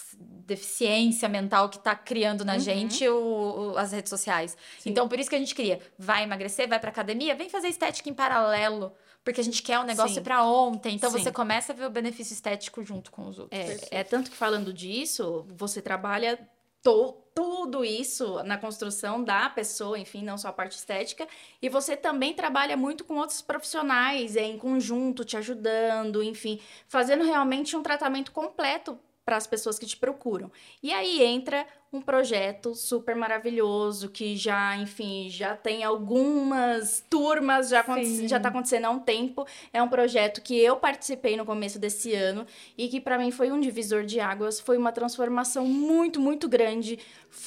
deficiência mental que tá criando na Uhum. gente o- o- as redes sociais. Sim. Então, por isso que a gente cria. Vai emagrecer, vai pra academia, vem fazer estética em paralelo. Porque a gente quer um negócio Sim. pra ontem. Então, Sim. você começa a ver o benefício estético junto com os outros. Perfeito. É, é tanto que falando disso, você trabalha to- tudo isso na construção da pessoa, enfim, não só a parte estética, e você também trabalha muito com outros profissionais, é, em conjunto, te ajudando, enfim, fazendo realmente um tratamento completo para as pessoas que te procuram. E aí entra um projeto super maravilhoso que já, enfim, já tem algumas turmas, já, aconte- Sim. já tá acontecendo há um tempo. É um projeto que eu participei no começo desse ano e que para mim foi um divisor de águas, foi uma transformação muito, muito grande.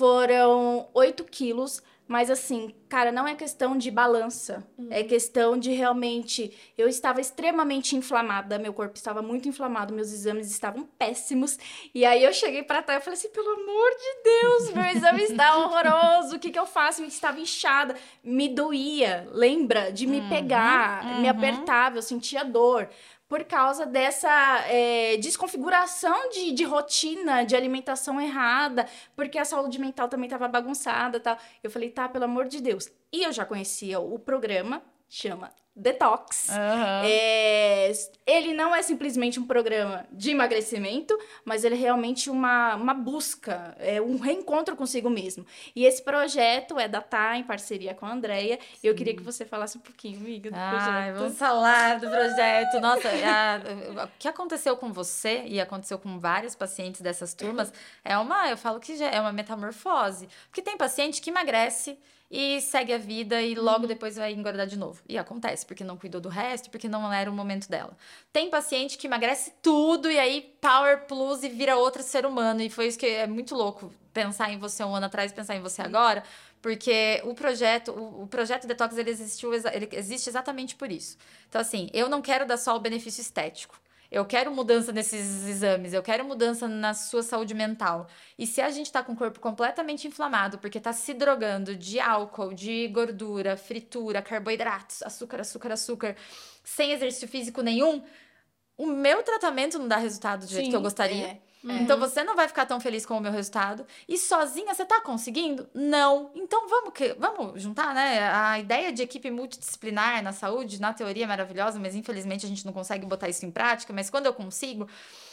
Foram oito quilos, mas assim, cara, não é questão de balança, é questão de realmente... Eu estava extremamente inflamada, meu corpo estava muito inflamado, meus exames estavam péssimos. E aí eu cheguei pra trás e falei assim, pelo amor de Deus, meu exame está horroroso, o que que eu faço? Eu estava inchada, me doía, lembra? De me pegar, me uhum. apertava, eu sentia dor. Por causa dessa é, desconfiguração de, de rotina, de alimentação errada, porque a saúde mental também estava bagunçada e tal. Eu falei, tá, pelo amor de Deus. E eu já conhecia o programa, chama Detox. Aham. É, ele não é simplesmente um programa de emagrecimento, mas ele é realmente uma, uma busca, é um reencontro consigo mesmo. E esse projeto é da Tá, em parceria com a Andrea. E eu queria que você falasse um pouquinho, amiga, do Ai, projeto. vamos falar do projeto. Nossa, a- o que aconteceu com você e aconteceu com vários pacientes dessas turmas é uma, eu falo que já é uma metamorfose. Porque tem paciente que emagrece e segue a vida e logo depois vai engordar de novo. E acontece, porque não cuidou do resto, porque não era o momento dela. Tem paciente que emagrece tudo e aí power plus e vira outro ser humano. E foi isso que é muito louco, pensar em você um ano atrás e pensar em você agora. Porque o projeto, o, o projeto Detox, ele, existiu, exa- ele existe exatamente por isso. Então, assim, eu não quero dar só o benefício estético. eu quero mudança nesses exames, eu quero mudança na sua saúde mental. E se a gente tá com o corpo completamente inflamado, porque tá se drogando de álcool, de gordura, fritura, carboidratos, açúcar, açúcar, açúcar, sem exercício físico nenhum, o meu tratamento não dá resultado do jeito Sim, que eu gostaria. é. Então você não vai ficar tão feliz com o meu resultado. E sozinha você tá conseguindo? Não. Então vamos que vamos juntar, né? A ideia de equipe multidisciplinar na saúde, na teoria é maravilhosa, mas infelizmente a gente não consegue botar isso em prática. Mas quando eu consigo,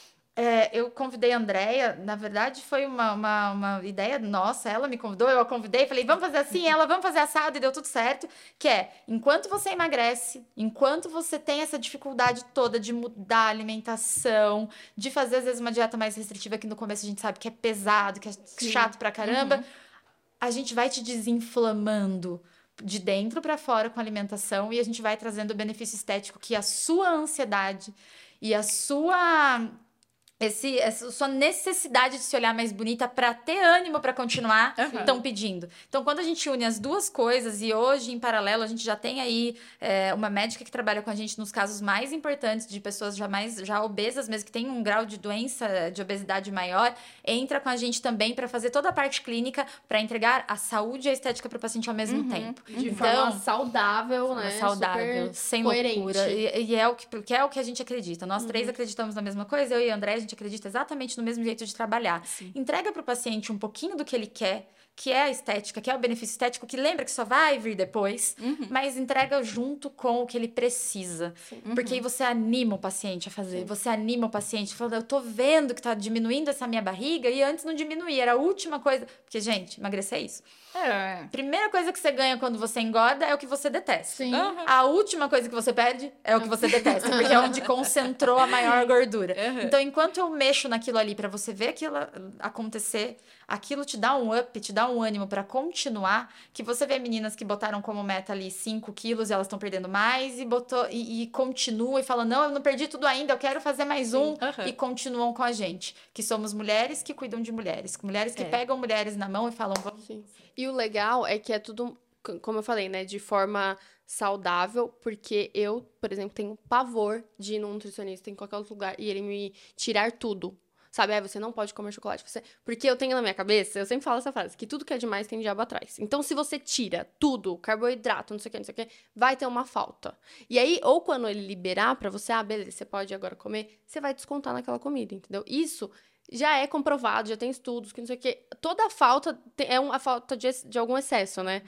é, eu convidei a Andrea, na verdade foi uma, uma, uma ideia nossa, ela me convidou, eu a convidei, falei, vamos fazer assim, ela, vamos fazer assado, e deu tudo certo, que é, enquanto você emagrece, enquanto você tem essa dificuldade toda de mudar a alimentação, de fazer às vezes uma dieta mais restritiva, que no começo a gente sabe que é pesado, que é chato pra caramba, uhum. a gente vai te desinflamando de dentro pra fora com a alimentação, e a gente vai trazendo o benefício estético que a sua ansiedade e a sua... Esse, essa sua necessidade de se olhar mais bonita para ter ânimo para continuar estão uhum. pedindo. Então, quando a gente une as duas coisas, e hoje, em paralelo, a gente já tem aí é, uma médica que trabalha com a gente nos casos mais importantes de pessoas já mais já obesas mesmo, que tem um grau de doença, de obesidade maior, entra com a gente também para fazer toda a parte clínica, para entregar a saúde e a estética para o paciente ao mesmo uhum. tempo. De então, forma saudável, né? Saudável, super sem coerente. loucura. E, e é, o que, que é o que a gente acredita. Nós uhum. três acreditamos na mesma coisa, eu e a André, a gente acredita exatamente no mesmo jeito de trabalhar. Sim. Entrega para o paciente um pouquinho do que ele quer, que é a estética, que é o benefício estético, que lembra que só vai vir depois, uhum. mas entrega junto com o que ele precisa. Uhum. Porque aí você anima o paciente a fazer, Sim. você anima o paciente, falando, eu tô vendo que tá diminuindo essa minha barriga, e antes não diminuía, era a última coisa. Porque, gente, emagrecer é isso. É. Primeira coisa que você ganha quando você engorda é o que você detesta. Sim. Uhum. A última coisa que você perde é o que você detesta, porque é onde concentrou a maior gordura. Uhum. Então, enquanto eu mexo naquilo ali para você ver aquilo acontecer, aquilo te dá um up, te dá um ânimo para continuar, que você vê meninas que botaram como meta ali cinco quilos e elas estão perdendo mais, e botou e, e continua e fala, não, eu não perdi tudo ainda, eu quero fazer mais um, uhum. e continuam com a gente, que somos mulheres que cuidam de mulheres, mulheres que é. pegam mulheres na mão e falam, vamos. Sim. E o legal é que é tudo, como eu falei, né, de forma saudável, porque eu, por exemplo, tenho pavor de ir num nutricionista em qualquer outro lugar e ele me tirar tudo. Sabe, ah, você não pode comer chocolate. Você... Porque eu tenho na minha cabeça, eu sempre falo essa frase, que tudo que é demais tem diabo atrás. Então, se você tira tudo, carboidrato, não sei o que, não sei o que, vai ter uma falta. E aí, ou quando ele liberar pra você, ah, beleza, você pode agora comer, você vai descontar naquela comida, entendeu? Isso já é comprovado, já tem estudos, que não sei o que. Toda falta é uma falta de, de algum excesso, né?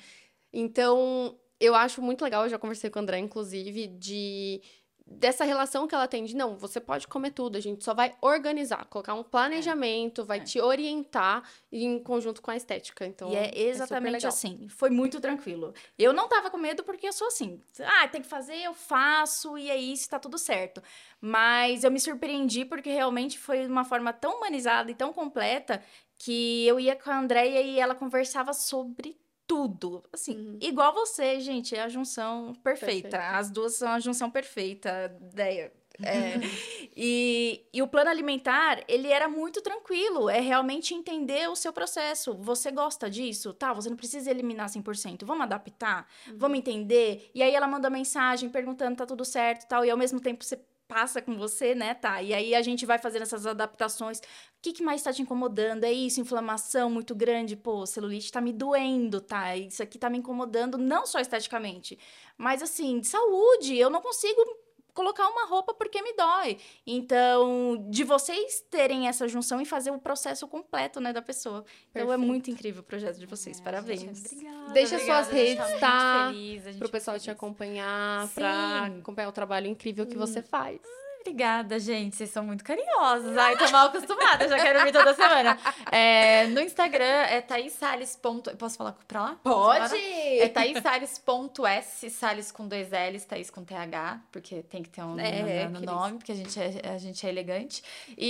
Então, eu acho muito legal, eu já conversei com a André, inclusive, de... dessa relação que ela tem de, não, você pode comer tudo, a gente só vai organizar, colocar um planejamento, é. vai é. te orientar em conjunto com a estética, então... E é exatamente é assim, foi muito tranquilo. Eu não tava com medo porque eu sou assim, ah, tem que fazer, eu faço, e é isso, tá tudo certo. Mas eu me surpreendi porque realmente foi uma forma tão humanizada e tão completa que eu ia com a Andrea e ela conversava sobre tudo, assim, uhum. igual você, gente, é a junção perfeita. perfeita. As duas são a junção perfeita. Né? É, e, e o plano alimentar, ele era muito tranquilo, é realmente entender o seu processo. Você gosta disso? Tá, você não precisa eliminar cem por cento. Vamos adaptar? Uhum. Vamos entender? E aí ela manda mensagem perguntando, tá tudo certo e tal, e ao mesmo tempo você passa com você, né, tá? E aí a gente vai fazendo essas adaptações. O que, que mais tá te incomodando? É isso? Inflamação muito grande? Pô, celulite tá me doendo, tá? Isso aqui tá me incomodando, não só esteticamente, mas assim, de saúde. Eu não consigo colocar uma roupa porque me dói. Então, de vocês terem essa junção e fazer o processo completo, né, da pessoa. Então, Perfeito. É muito incrível o projeto de vocês. É, Parabéns. Gente, obrigada. Deixa obrigada, suas redes, tá? Para o pessoal te acompanhar, para acompanhar o trabalho incrível que hum. você faz. Obrigada, gente. Vocês são muito carinhosos. Ai, tô mal acostumada. Já quero vir toda semana. É, no Instagram é Thaís Salles. Ponto... Posso falar pra lá? Pode! É Thaís Salles ponto S, Salles com dois L's, Thaís com T H, porque tem que ter um é, no, no nome, porque a gente é, a gente é elegante.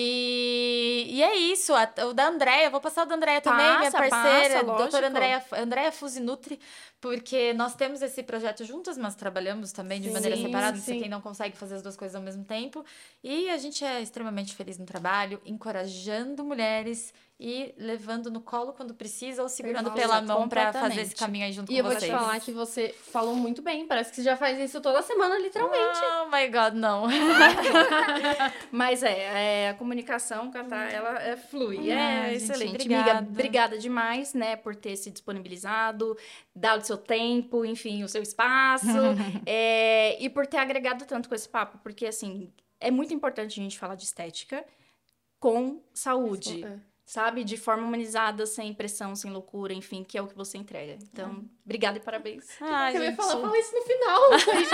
E, e é isso. A, o da Andrea, vou passar o da Andrea também, passa, minha parceira, passa, doutora Andrea, Andrea Fusinutri, porque nós temos esse projeto juntas, mas trabalhamos também de sim, maneira separada, sim. Quem não consegue fazer as duas coisas ao mesmo tempo. E a gente é extremamente feliz no trabalho, encorajando mulheres e levando no colo quando precisa ou segurando Nossa, pela mão pra fazer completamente. esse caminho aí junto E com eu vou vocês. te falar que você falou muito bem. Parece que você já faz isso toda semana, literalmente. Oh my God, não. Mas é, é, a comunicação, Catá, ela é, flui. Ai, é gente, excelente. obrigada. Amiga, obrigada demais, né, por ter se disponibilizado, dado o seu tempo, enfim, o seu espaço, é, e por ter agregado tanto com esse papo, porque, assim, é muito importante a gente falar de estética com saúde. É. Sabe? De forma humanizada, sem pressão, sem loucura, enfim, que é o que você entrega. Então, obrigada e parabéns. Ai, Eu ia gente. falar, fala isso no final.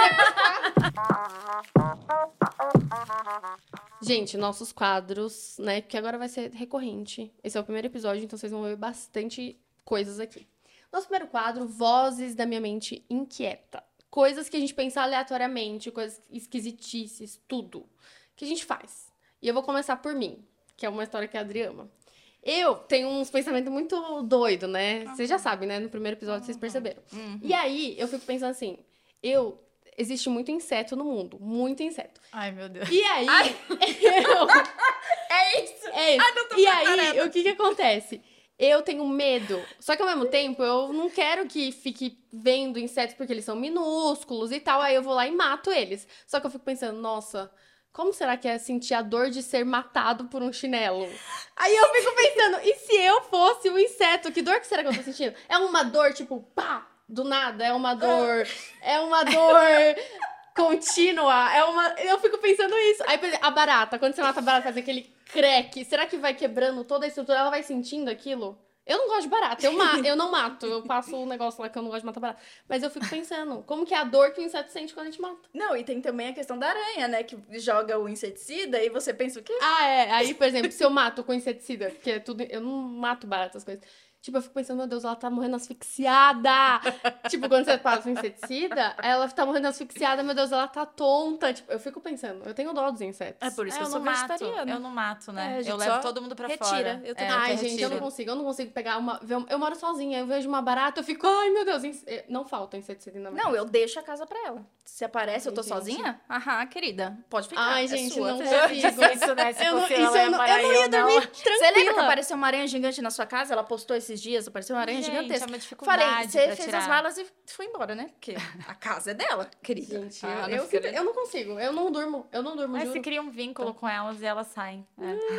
Gente, nossos quadros, né? Que agora vai ser recorrente. Esse é o primeiro episódio, então vocês vão ver bastante coisas aqui. Nosso primeiro quadro, Vozes da Minha Mente Inquieta. Coisas que a gente pensa aleatoriamente, coisas esquisitices, tudo que a gente faz. E eu vou começar por mim, que é uma história que a Adri ama. Eu tenho uns pensamentos muito doidos, né? Uhum. Vocês já sabem, né? No primeiro episódio vocês perceberam. Uhum. E aí, eu fico pensando assim, eu... Existe muito inseto no mundo, muito inseto. Ai, meu Deus. E aí, eu... É isso! É isso. Ai, não tô E preparada. aí, o que que acontece? Eu tenho medo. Só que ao mesmo tempo, eu não quero que fique vendo insetos porque eles são minúsculos e tal. Aí eu vou lá e mato eles. Só que eu fico pensando, nossa... Como será que é sentir a dor de ser matado por um chinelo? Aí eu fico pensando, e se eu fosse um inseto? Que dor que será que eu tô sentindo? É uma dor, tipo, pá, do nada? É uma dor... É uma dor contínua? É uma... Eu fico pensando isso. Aí, por exemplo, a barata. Quando você mata a barata, faz aquele creque. Será que vai quebrando toda a estrutura? Ela vai sentindo aquilo? Eu não gosto de barata, eu, ma- eu não mato. Eu passo um negócio lá que eu não gosto de matar barata. Mas eu fico pensando, como que é a dor que o inseto sente quando a gente mata? Não, e tem também a questão da aranha, né? Que joga o inseticida e você pensa o quê? Ah, é. Aí, por exemplo, se eu mato com inseticida, que é tudo... Eu não mato baratas coisas. Tipo, eu fico pensando, meu Deus, ela tá morrendo asfixiada. Tipo, quando você passa o inseticida, ela tá morrendo asfixiada, meu Deus, ela tá tonta. Tipo, eu fico pensando, eu tenho dó dos insetos. É por isso É, que eu eu sou não mato, vegetariana. eu não mato, né? É, a gente eu levo só todo mundo pra retira. fora. Eu É, também. Ai, eu gente, eu retiro. não consigo. Eu não consigo pegar uma... ver um- Eu moro sozinha, eu vejo uma barata, eu fico, ai, meu Deus, inse- não falta inseticida na minha Não, casa. eu deixo a casa pra ela. Se aparece, eu tô Ai, gente. sozinha? Aham, querida. Pode ficar. Ai, é gente, sua. não Você consigo. Isso, né? Se Eu não, fosse isso ela, eu não, eu não ia dormir tranquila. Você lembra que apareceu uma aranha gigante na sua casa? Ela postou esses dias, apareceu uma aranha Gente, gigantesca. é uma dificuldade Falei, você pra fez tirar. as malas e foi embora, né? Porque a casa é dela, querida. Gente, Ah, eu, não eu, fica- eu não consigo. Eu não durmo. Eu não durmo, Mas juro. você cria um vínculo com elas e elas saem.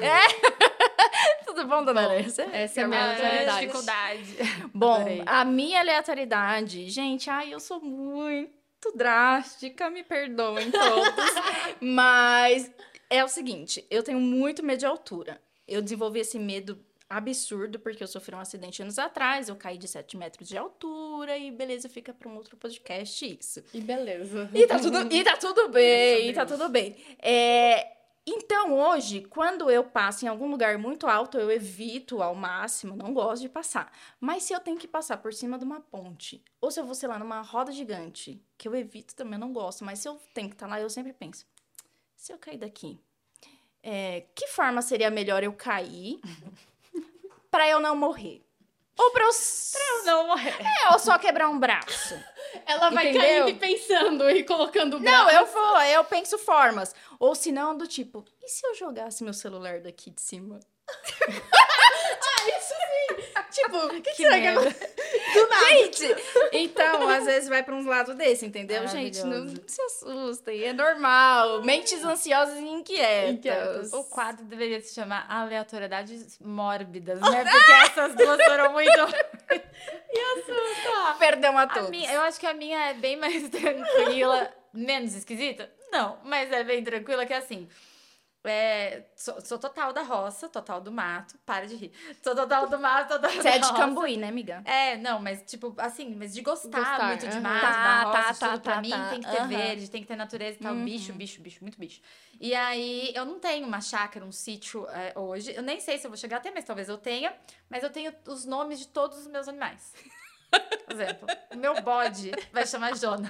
É. Tudo bom, dona Aranha? Você- Essa é a você- minha É, aleatoriedade. dificuldade. Bom, Adorei. a minha aleatoriedade, gente, ai, eu sou muito drástica, me perdoem todos, mas é o seguinte, eu tenho muito medo de altura. Eu desenvolvi esse medo absurdo porque eu sofri um acidente anos atrás, eu caí de sete metros de altura e beleza, fica para um outro podcast isso. E beleza. E tá tudo, e tá tudo bem, Meu e tá Deus. tudo bem. É, então, hoje, quando eu passo em algum lugar muito alto, eu evito ao máximo, não gosto de passar. Mas se eu tenho que passar por cima de uma ponte, ou se eu vou, sei lá, numa roda gigante, que eu evito também, eu não gosto, mas se eu tenho que estar lá, eu sempre penso, se eu cair daqui, é, que forma seria melhor eu cair pra eu não morrer? Ou pra eu, Eu não morrer. é, ou só quebrar um braço? Ela vai Entendeu? caindo e pensando e colocando o Não, braço. eu vou, eu penso formas. Ou se não, do tipo, e se eu jogasse meu celular daqui de cima? Tipo, o que, que Que será que merda. acontece? Do nada. Gente, então, às vezes vai pra uns lados desse, entendeu, gente? Não Maravilhoso. se assustem, é normal. Mentes ansiosas e inquietas. Inquietas. O quadro deveria se chamar Aleatoriedades Mórbidas, né? Porque essas duas foram muito... Perdão a A todos. minha, eu acho que a minha é bem mais tranquila, menos esquisita. Não, mas é bem tranquila, que é assim... É, sou, sou total da roça, total do mato. Para de rir. Sou total do mato, total Você da é de roça. Cambuí, né, amiga? É, não, mas tipo, assim, mas de gostar, Gostar, muito de aham. mato, Tá, da roça, tá, de tudo. tá, Pra tá, mim tá. tem que ter Aham. verde, tem que ter natureza e tal. Uhum. Bicho, bicho, bicho, muito bicho. E aí, eu não tenho uma chácara, um sítio é, hoje. Eu nem sei se eu vou chegar até, mas talvez eu tenha. Mas eu tenho os nomes de todos os meus animais. Por exemplo, o meu bode vai chamar Jonas.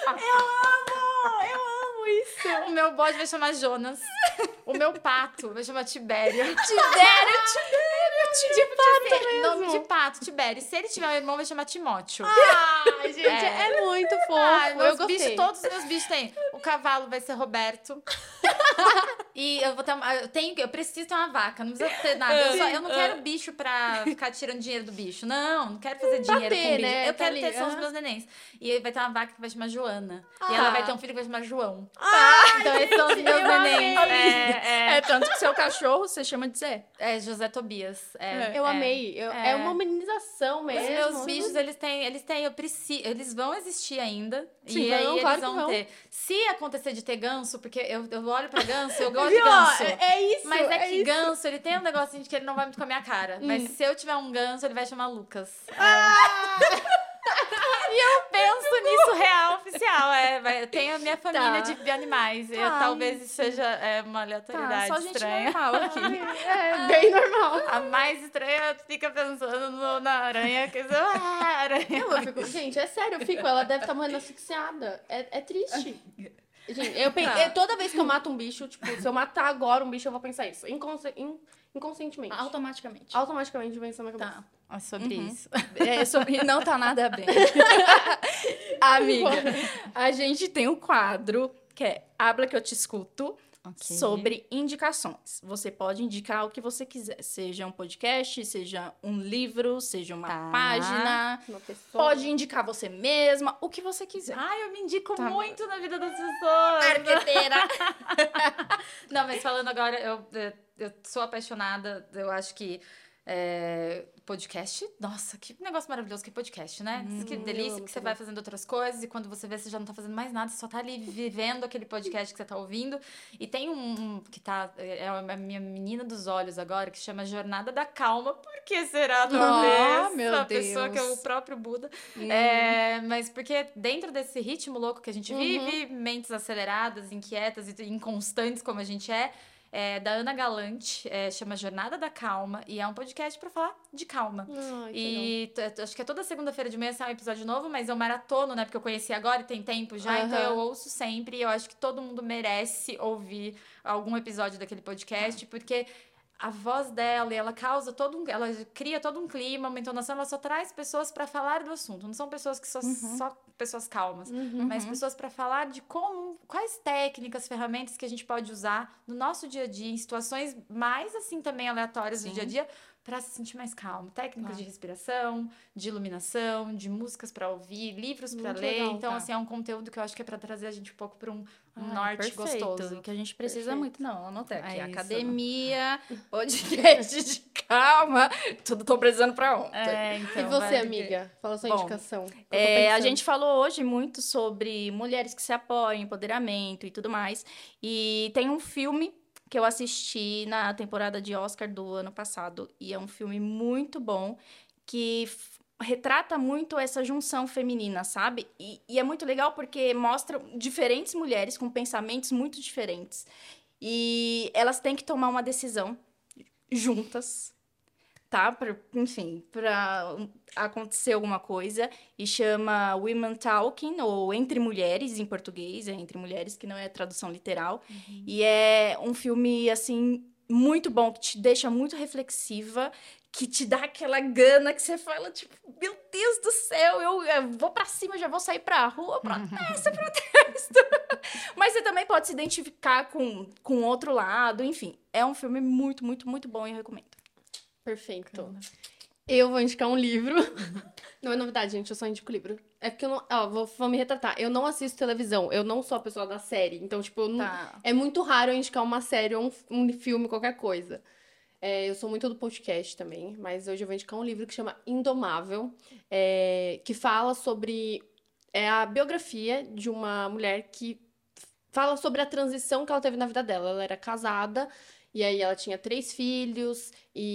Eu amo isso. O meu bode vai chamar Jonas. O meu pato vai chamar Tibério. Tibério, Tibério, de pato mesmo. Nome de pato, Tibério. Se ele tiver um irmão, vai chamar Timóteo. Ai, gente, É. é, muito fofo. Ai, eu meus gostei. bichos, todos os meus bichos têm. O cavalo vai ser Roberto. e eu vou ter uma, eu tenho, eu preciso ter uma vaca, não precisa ter nada. Eu, só, eu não quero bicho pra ficar tirando dinheiro do bicho. Não, não quero fazer dinheiro Bater, com bicho. né? Eu Tá quero ali, ter só os aham. meus nenéns. E aí vai ter uma vaca que vai chamar Joana. E Ah. ela vai ter um filho que vai chamar João. Ah, Então esses são os meus eu nenéns. amei. É, É tanto que seu cachorro você chama de Zé. é, é José Tobias. É, eu é. amei. Eu- é. É. uma humanização Os mesmo. meus bichos, eles têm, eles têm, eu preciso, eles vão existir ainda. Sim, e vão, aí eles claro que vão vão. ter. Se acontecer de ter ganso, porque eu, eu olho pra ganso, eu gosto Viu? de ganso. É, é isso. Mas é, é que isso. ganso, ele tem um negocinho de que ele não vai muito com a minha cara. Mas se eu tiver um ganso, ele vai chamar Lucas. Ah! E eu penso nisso real, oficial. É, vai, eu tenho a minha família Tá. de bioanimais. E eu- Tá. talvez isso seja é, uma Tá, aleatoriedade só gente estranha. normal aqui. É, bem normal. A mais estranha fica pensando no- na aranha. Que, ah, aranha. Não, eu fico, gente, é sério, eu fico, ela deve estar morrendo asfixiada. É, é triste. Gente, eu penso, Tá. toda vez que eu mato um bicho, tipo, se eu matar agora um bicho, eu vou pensar isso. Inconsci, in- inconscientemente. Automaticamente. Automaticamente vem isso na minha cabeça. Tá. É sobre Uhum. isso. É sobre... Não tá nada bem. Amiga, a gente tem um quadro que é Habla que eu te escuto, Ok. sobre indicações. Você pode indicar o que você quiser, seja um podcast, seja um livro, seja uma Tá. página. Uma pessoa. Pode indicar você mesma, o que você quiser. Ai, eu me indico Tá. muito na vida das pessoas. Marqueteira. Não, mas falando agora, eu, eu, eu sou apaixonada, eu acho que é, podcast, nossa, que negócio maravilhoso que é podcast, né? que eu delícia amo que você também. vai fazendo outras coisas e quando você vê, você já não tá fazendo mais nada, você só tá ali vivendo aquele podcast que você tá ouvindo. E tem um, um que tá, é a minha menina dos olhos agora, que chama Jornada da Calma. Por que será, talvez? Oh, meu a pessoa que é o Deus. próprio Buda. É, mas porque dentro desse ritmo louco que a gente Uhum. vive, mentes aceleradas, inquietas e inconstantes como a gente é, é da Ana Galante, é, chama Jornada da Calma, e é um podcast pra falar de calma. Ai, que legal. E t- t- acho que é toda segunda-feira de manhã sai um episódio novo, mas eu maratono, né? Porque eu conheci agora e tem tempo já, então Aham. eu ouço sempre. E eu acho que todo mundo merece ouvir algum episódio daquele podcast, porque a voz dela, e ela causa todo um... Ela cria todo um clima, uma entonação, ela só traz pessoas pra falar do assunto. Não são pessoas que são só pessoas calmas, Uhum. mas pessoas pra falar de como, quais técnicas, ferramentas que a gente pode usar no nosso dia a dia, em situações mais assim também aleatórias do Sim. dia a dia, pra se sentir mais calmo. Técnicas Tá. de respiração, de iluminação, de músicas pra ouvir, livros pra Muito ler. legal, então, tá. assim, é um conteúdo que eu acho que é pra trazer a gente um pouco pra um, um Ai, norte perfeito, gostoso. que a gente precisa Perfeito. muito. Não, anotei aqui. É isso. Academia, podcast de calma. Tudo tô precisando pra ontem. É, E então, você, vai- amiga? Fala sua Bom, indicação. que eu tô É, a pensando. gente falou hoje muito sobre mulheres que se apoiam, empoderamento e tudo mais. E tem um filme que eu assisti na temporada de Oscar do ano passado. E é um filme muito bom, que f- retrata muito essa junção feminina, sabe? E, e é muito legal porque mostra diferentes mulheres com pensamentos muito diferentes. E elas têm que tomar uma decisão juntas, tá? Pra, enfim, para acontecer alguma coisa. E chama Women Talking, ou Entre Mulheres, em português. É Entre Mulheres, que não é tradução literal. E é um filme, assim, muito bom, que te deixa muito reflexiva, que te dá aquela gana que você fala, tipo, meu Deus do céu, eu, eu vou pra cima, já vou sair pra rua, protesto, protesto. Mas você também pode se identificar com com outro lado, enfim. É um filme muito, muito, muito bom e eu recomendo. Perfeito. Eu vou indicar um livro. Não é novidade, gente, eu só indico livro. É porque eu não... Ó, vou, vou me retratar. Eu não assisto televisão, eu não sou a pessoa da série. Então, tipo, eu não- Tá. é muito raro eu indicar uma série ou um, um filme, qualquer coisa. É, eu sou muito do podcast também, mas hoje eu vou indicar um livro que chama Indomável, é, que fala sobre é a biografia de uma mulher que fala sobre a transição que ela teve na vida dela. Ela era casada, e aí ela tinha três filhos,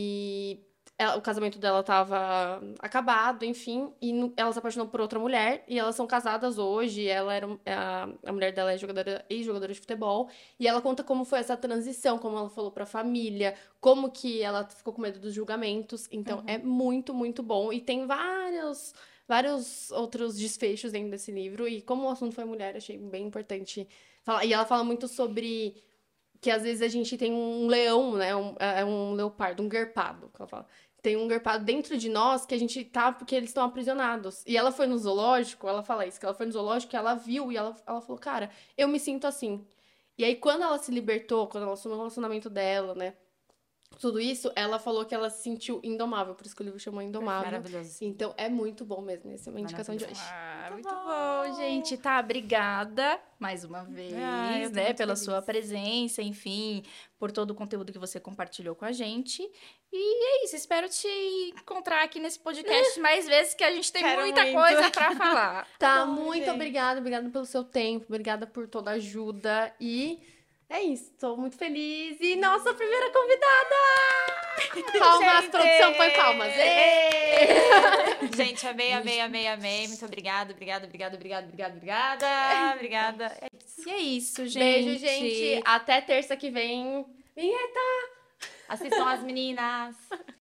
e ela- o casamento dela estava acabado, enfim, e no- ela se apaixonou por outra mulher, e elas são casadas hoje. Ela era um- a, a mulher dela é jogadora, ex-jogadora de futebol, e ela conta como foi essa transição, como ela falou pra família, como que ela ficou com medo dos julgamentos. Então, é muito, muito bom. E tem vários, vários outros desfechos dentro desse livro. E como o assunto foi mulher, achei bem importante falar. E ela fala muito sobre que às vezes a gente tem um leão, né? Um, é um leopardo, um guerpado, que ela fala. Tem um guerpado dentro de nós que a gente tá porque eles estão aprisionados. E ela foi no zoológico, ela fala isso, que ela foi no zoológico, ela viu e ela, ela falou, cara, eu me sinto assim. E aí, quando ela se libertou, quando ela assumiu o relacionamento dela, né? Tudo isso, ela falou que ela se sentiu indomável, por isso que o livro chamou Indomável. Maravilhoso. Então, é muito bom mesmo. Essa é uma indicação de hoje. Ah, muito bom, gente. Tá, obrigada mais uma vez, Ah, eu tô né, muito pela feliz. sua presença, enfim, por todo o conteúdo que você compartilhou com a gente. E é isso, espero te encontrar aqui nesse podcast mais vezes, que a gente tem Quero muita muito. coisa pra falar. Tá, bom, muito gente. obrigada, obrigada pelo seu tempo, obrigada por toda a ajuda. E é isso, tô muito feliz. E nossa primeira convidada! Palmas, Gente! produção, põe palmas. Ê! Gente, amei, amei, amei, amei. Muito obrigada, obrigada, obrigada, obrigada, obrigada, obrigada. Obrigada. É isso. E é isso, gente. Beijo, gente. Até terça que vem. Vinheta! Assistam as meninas.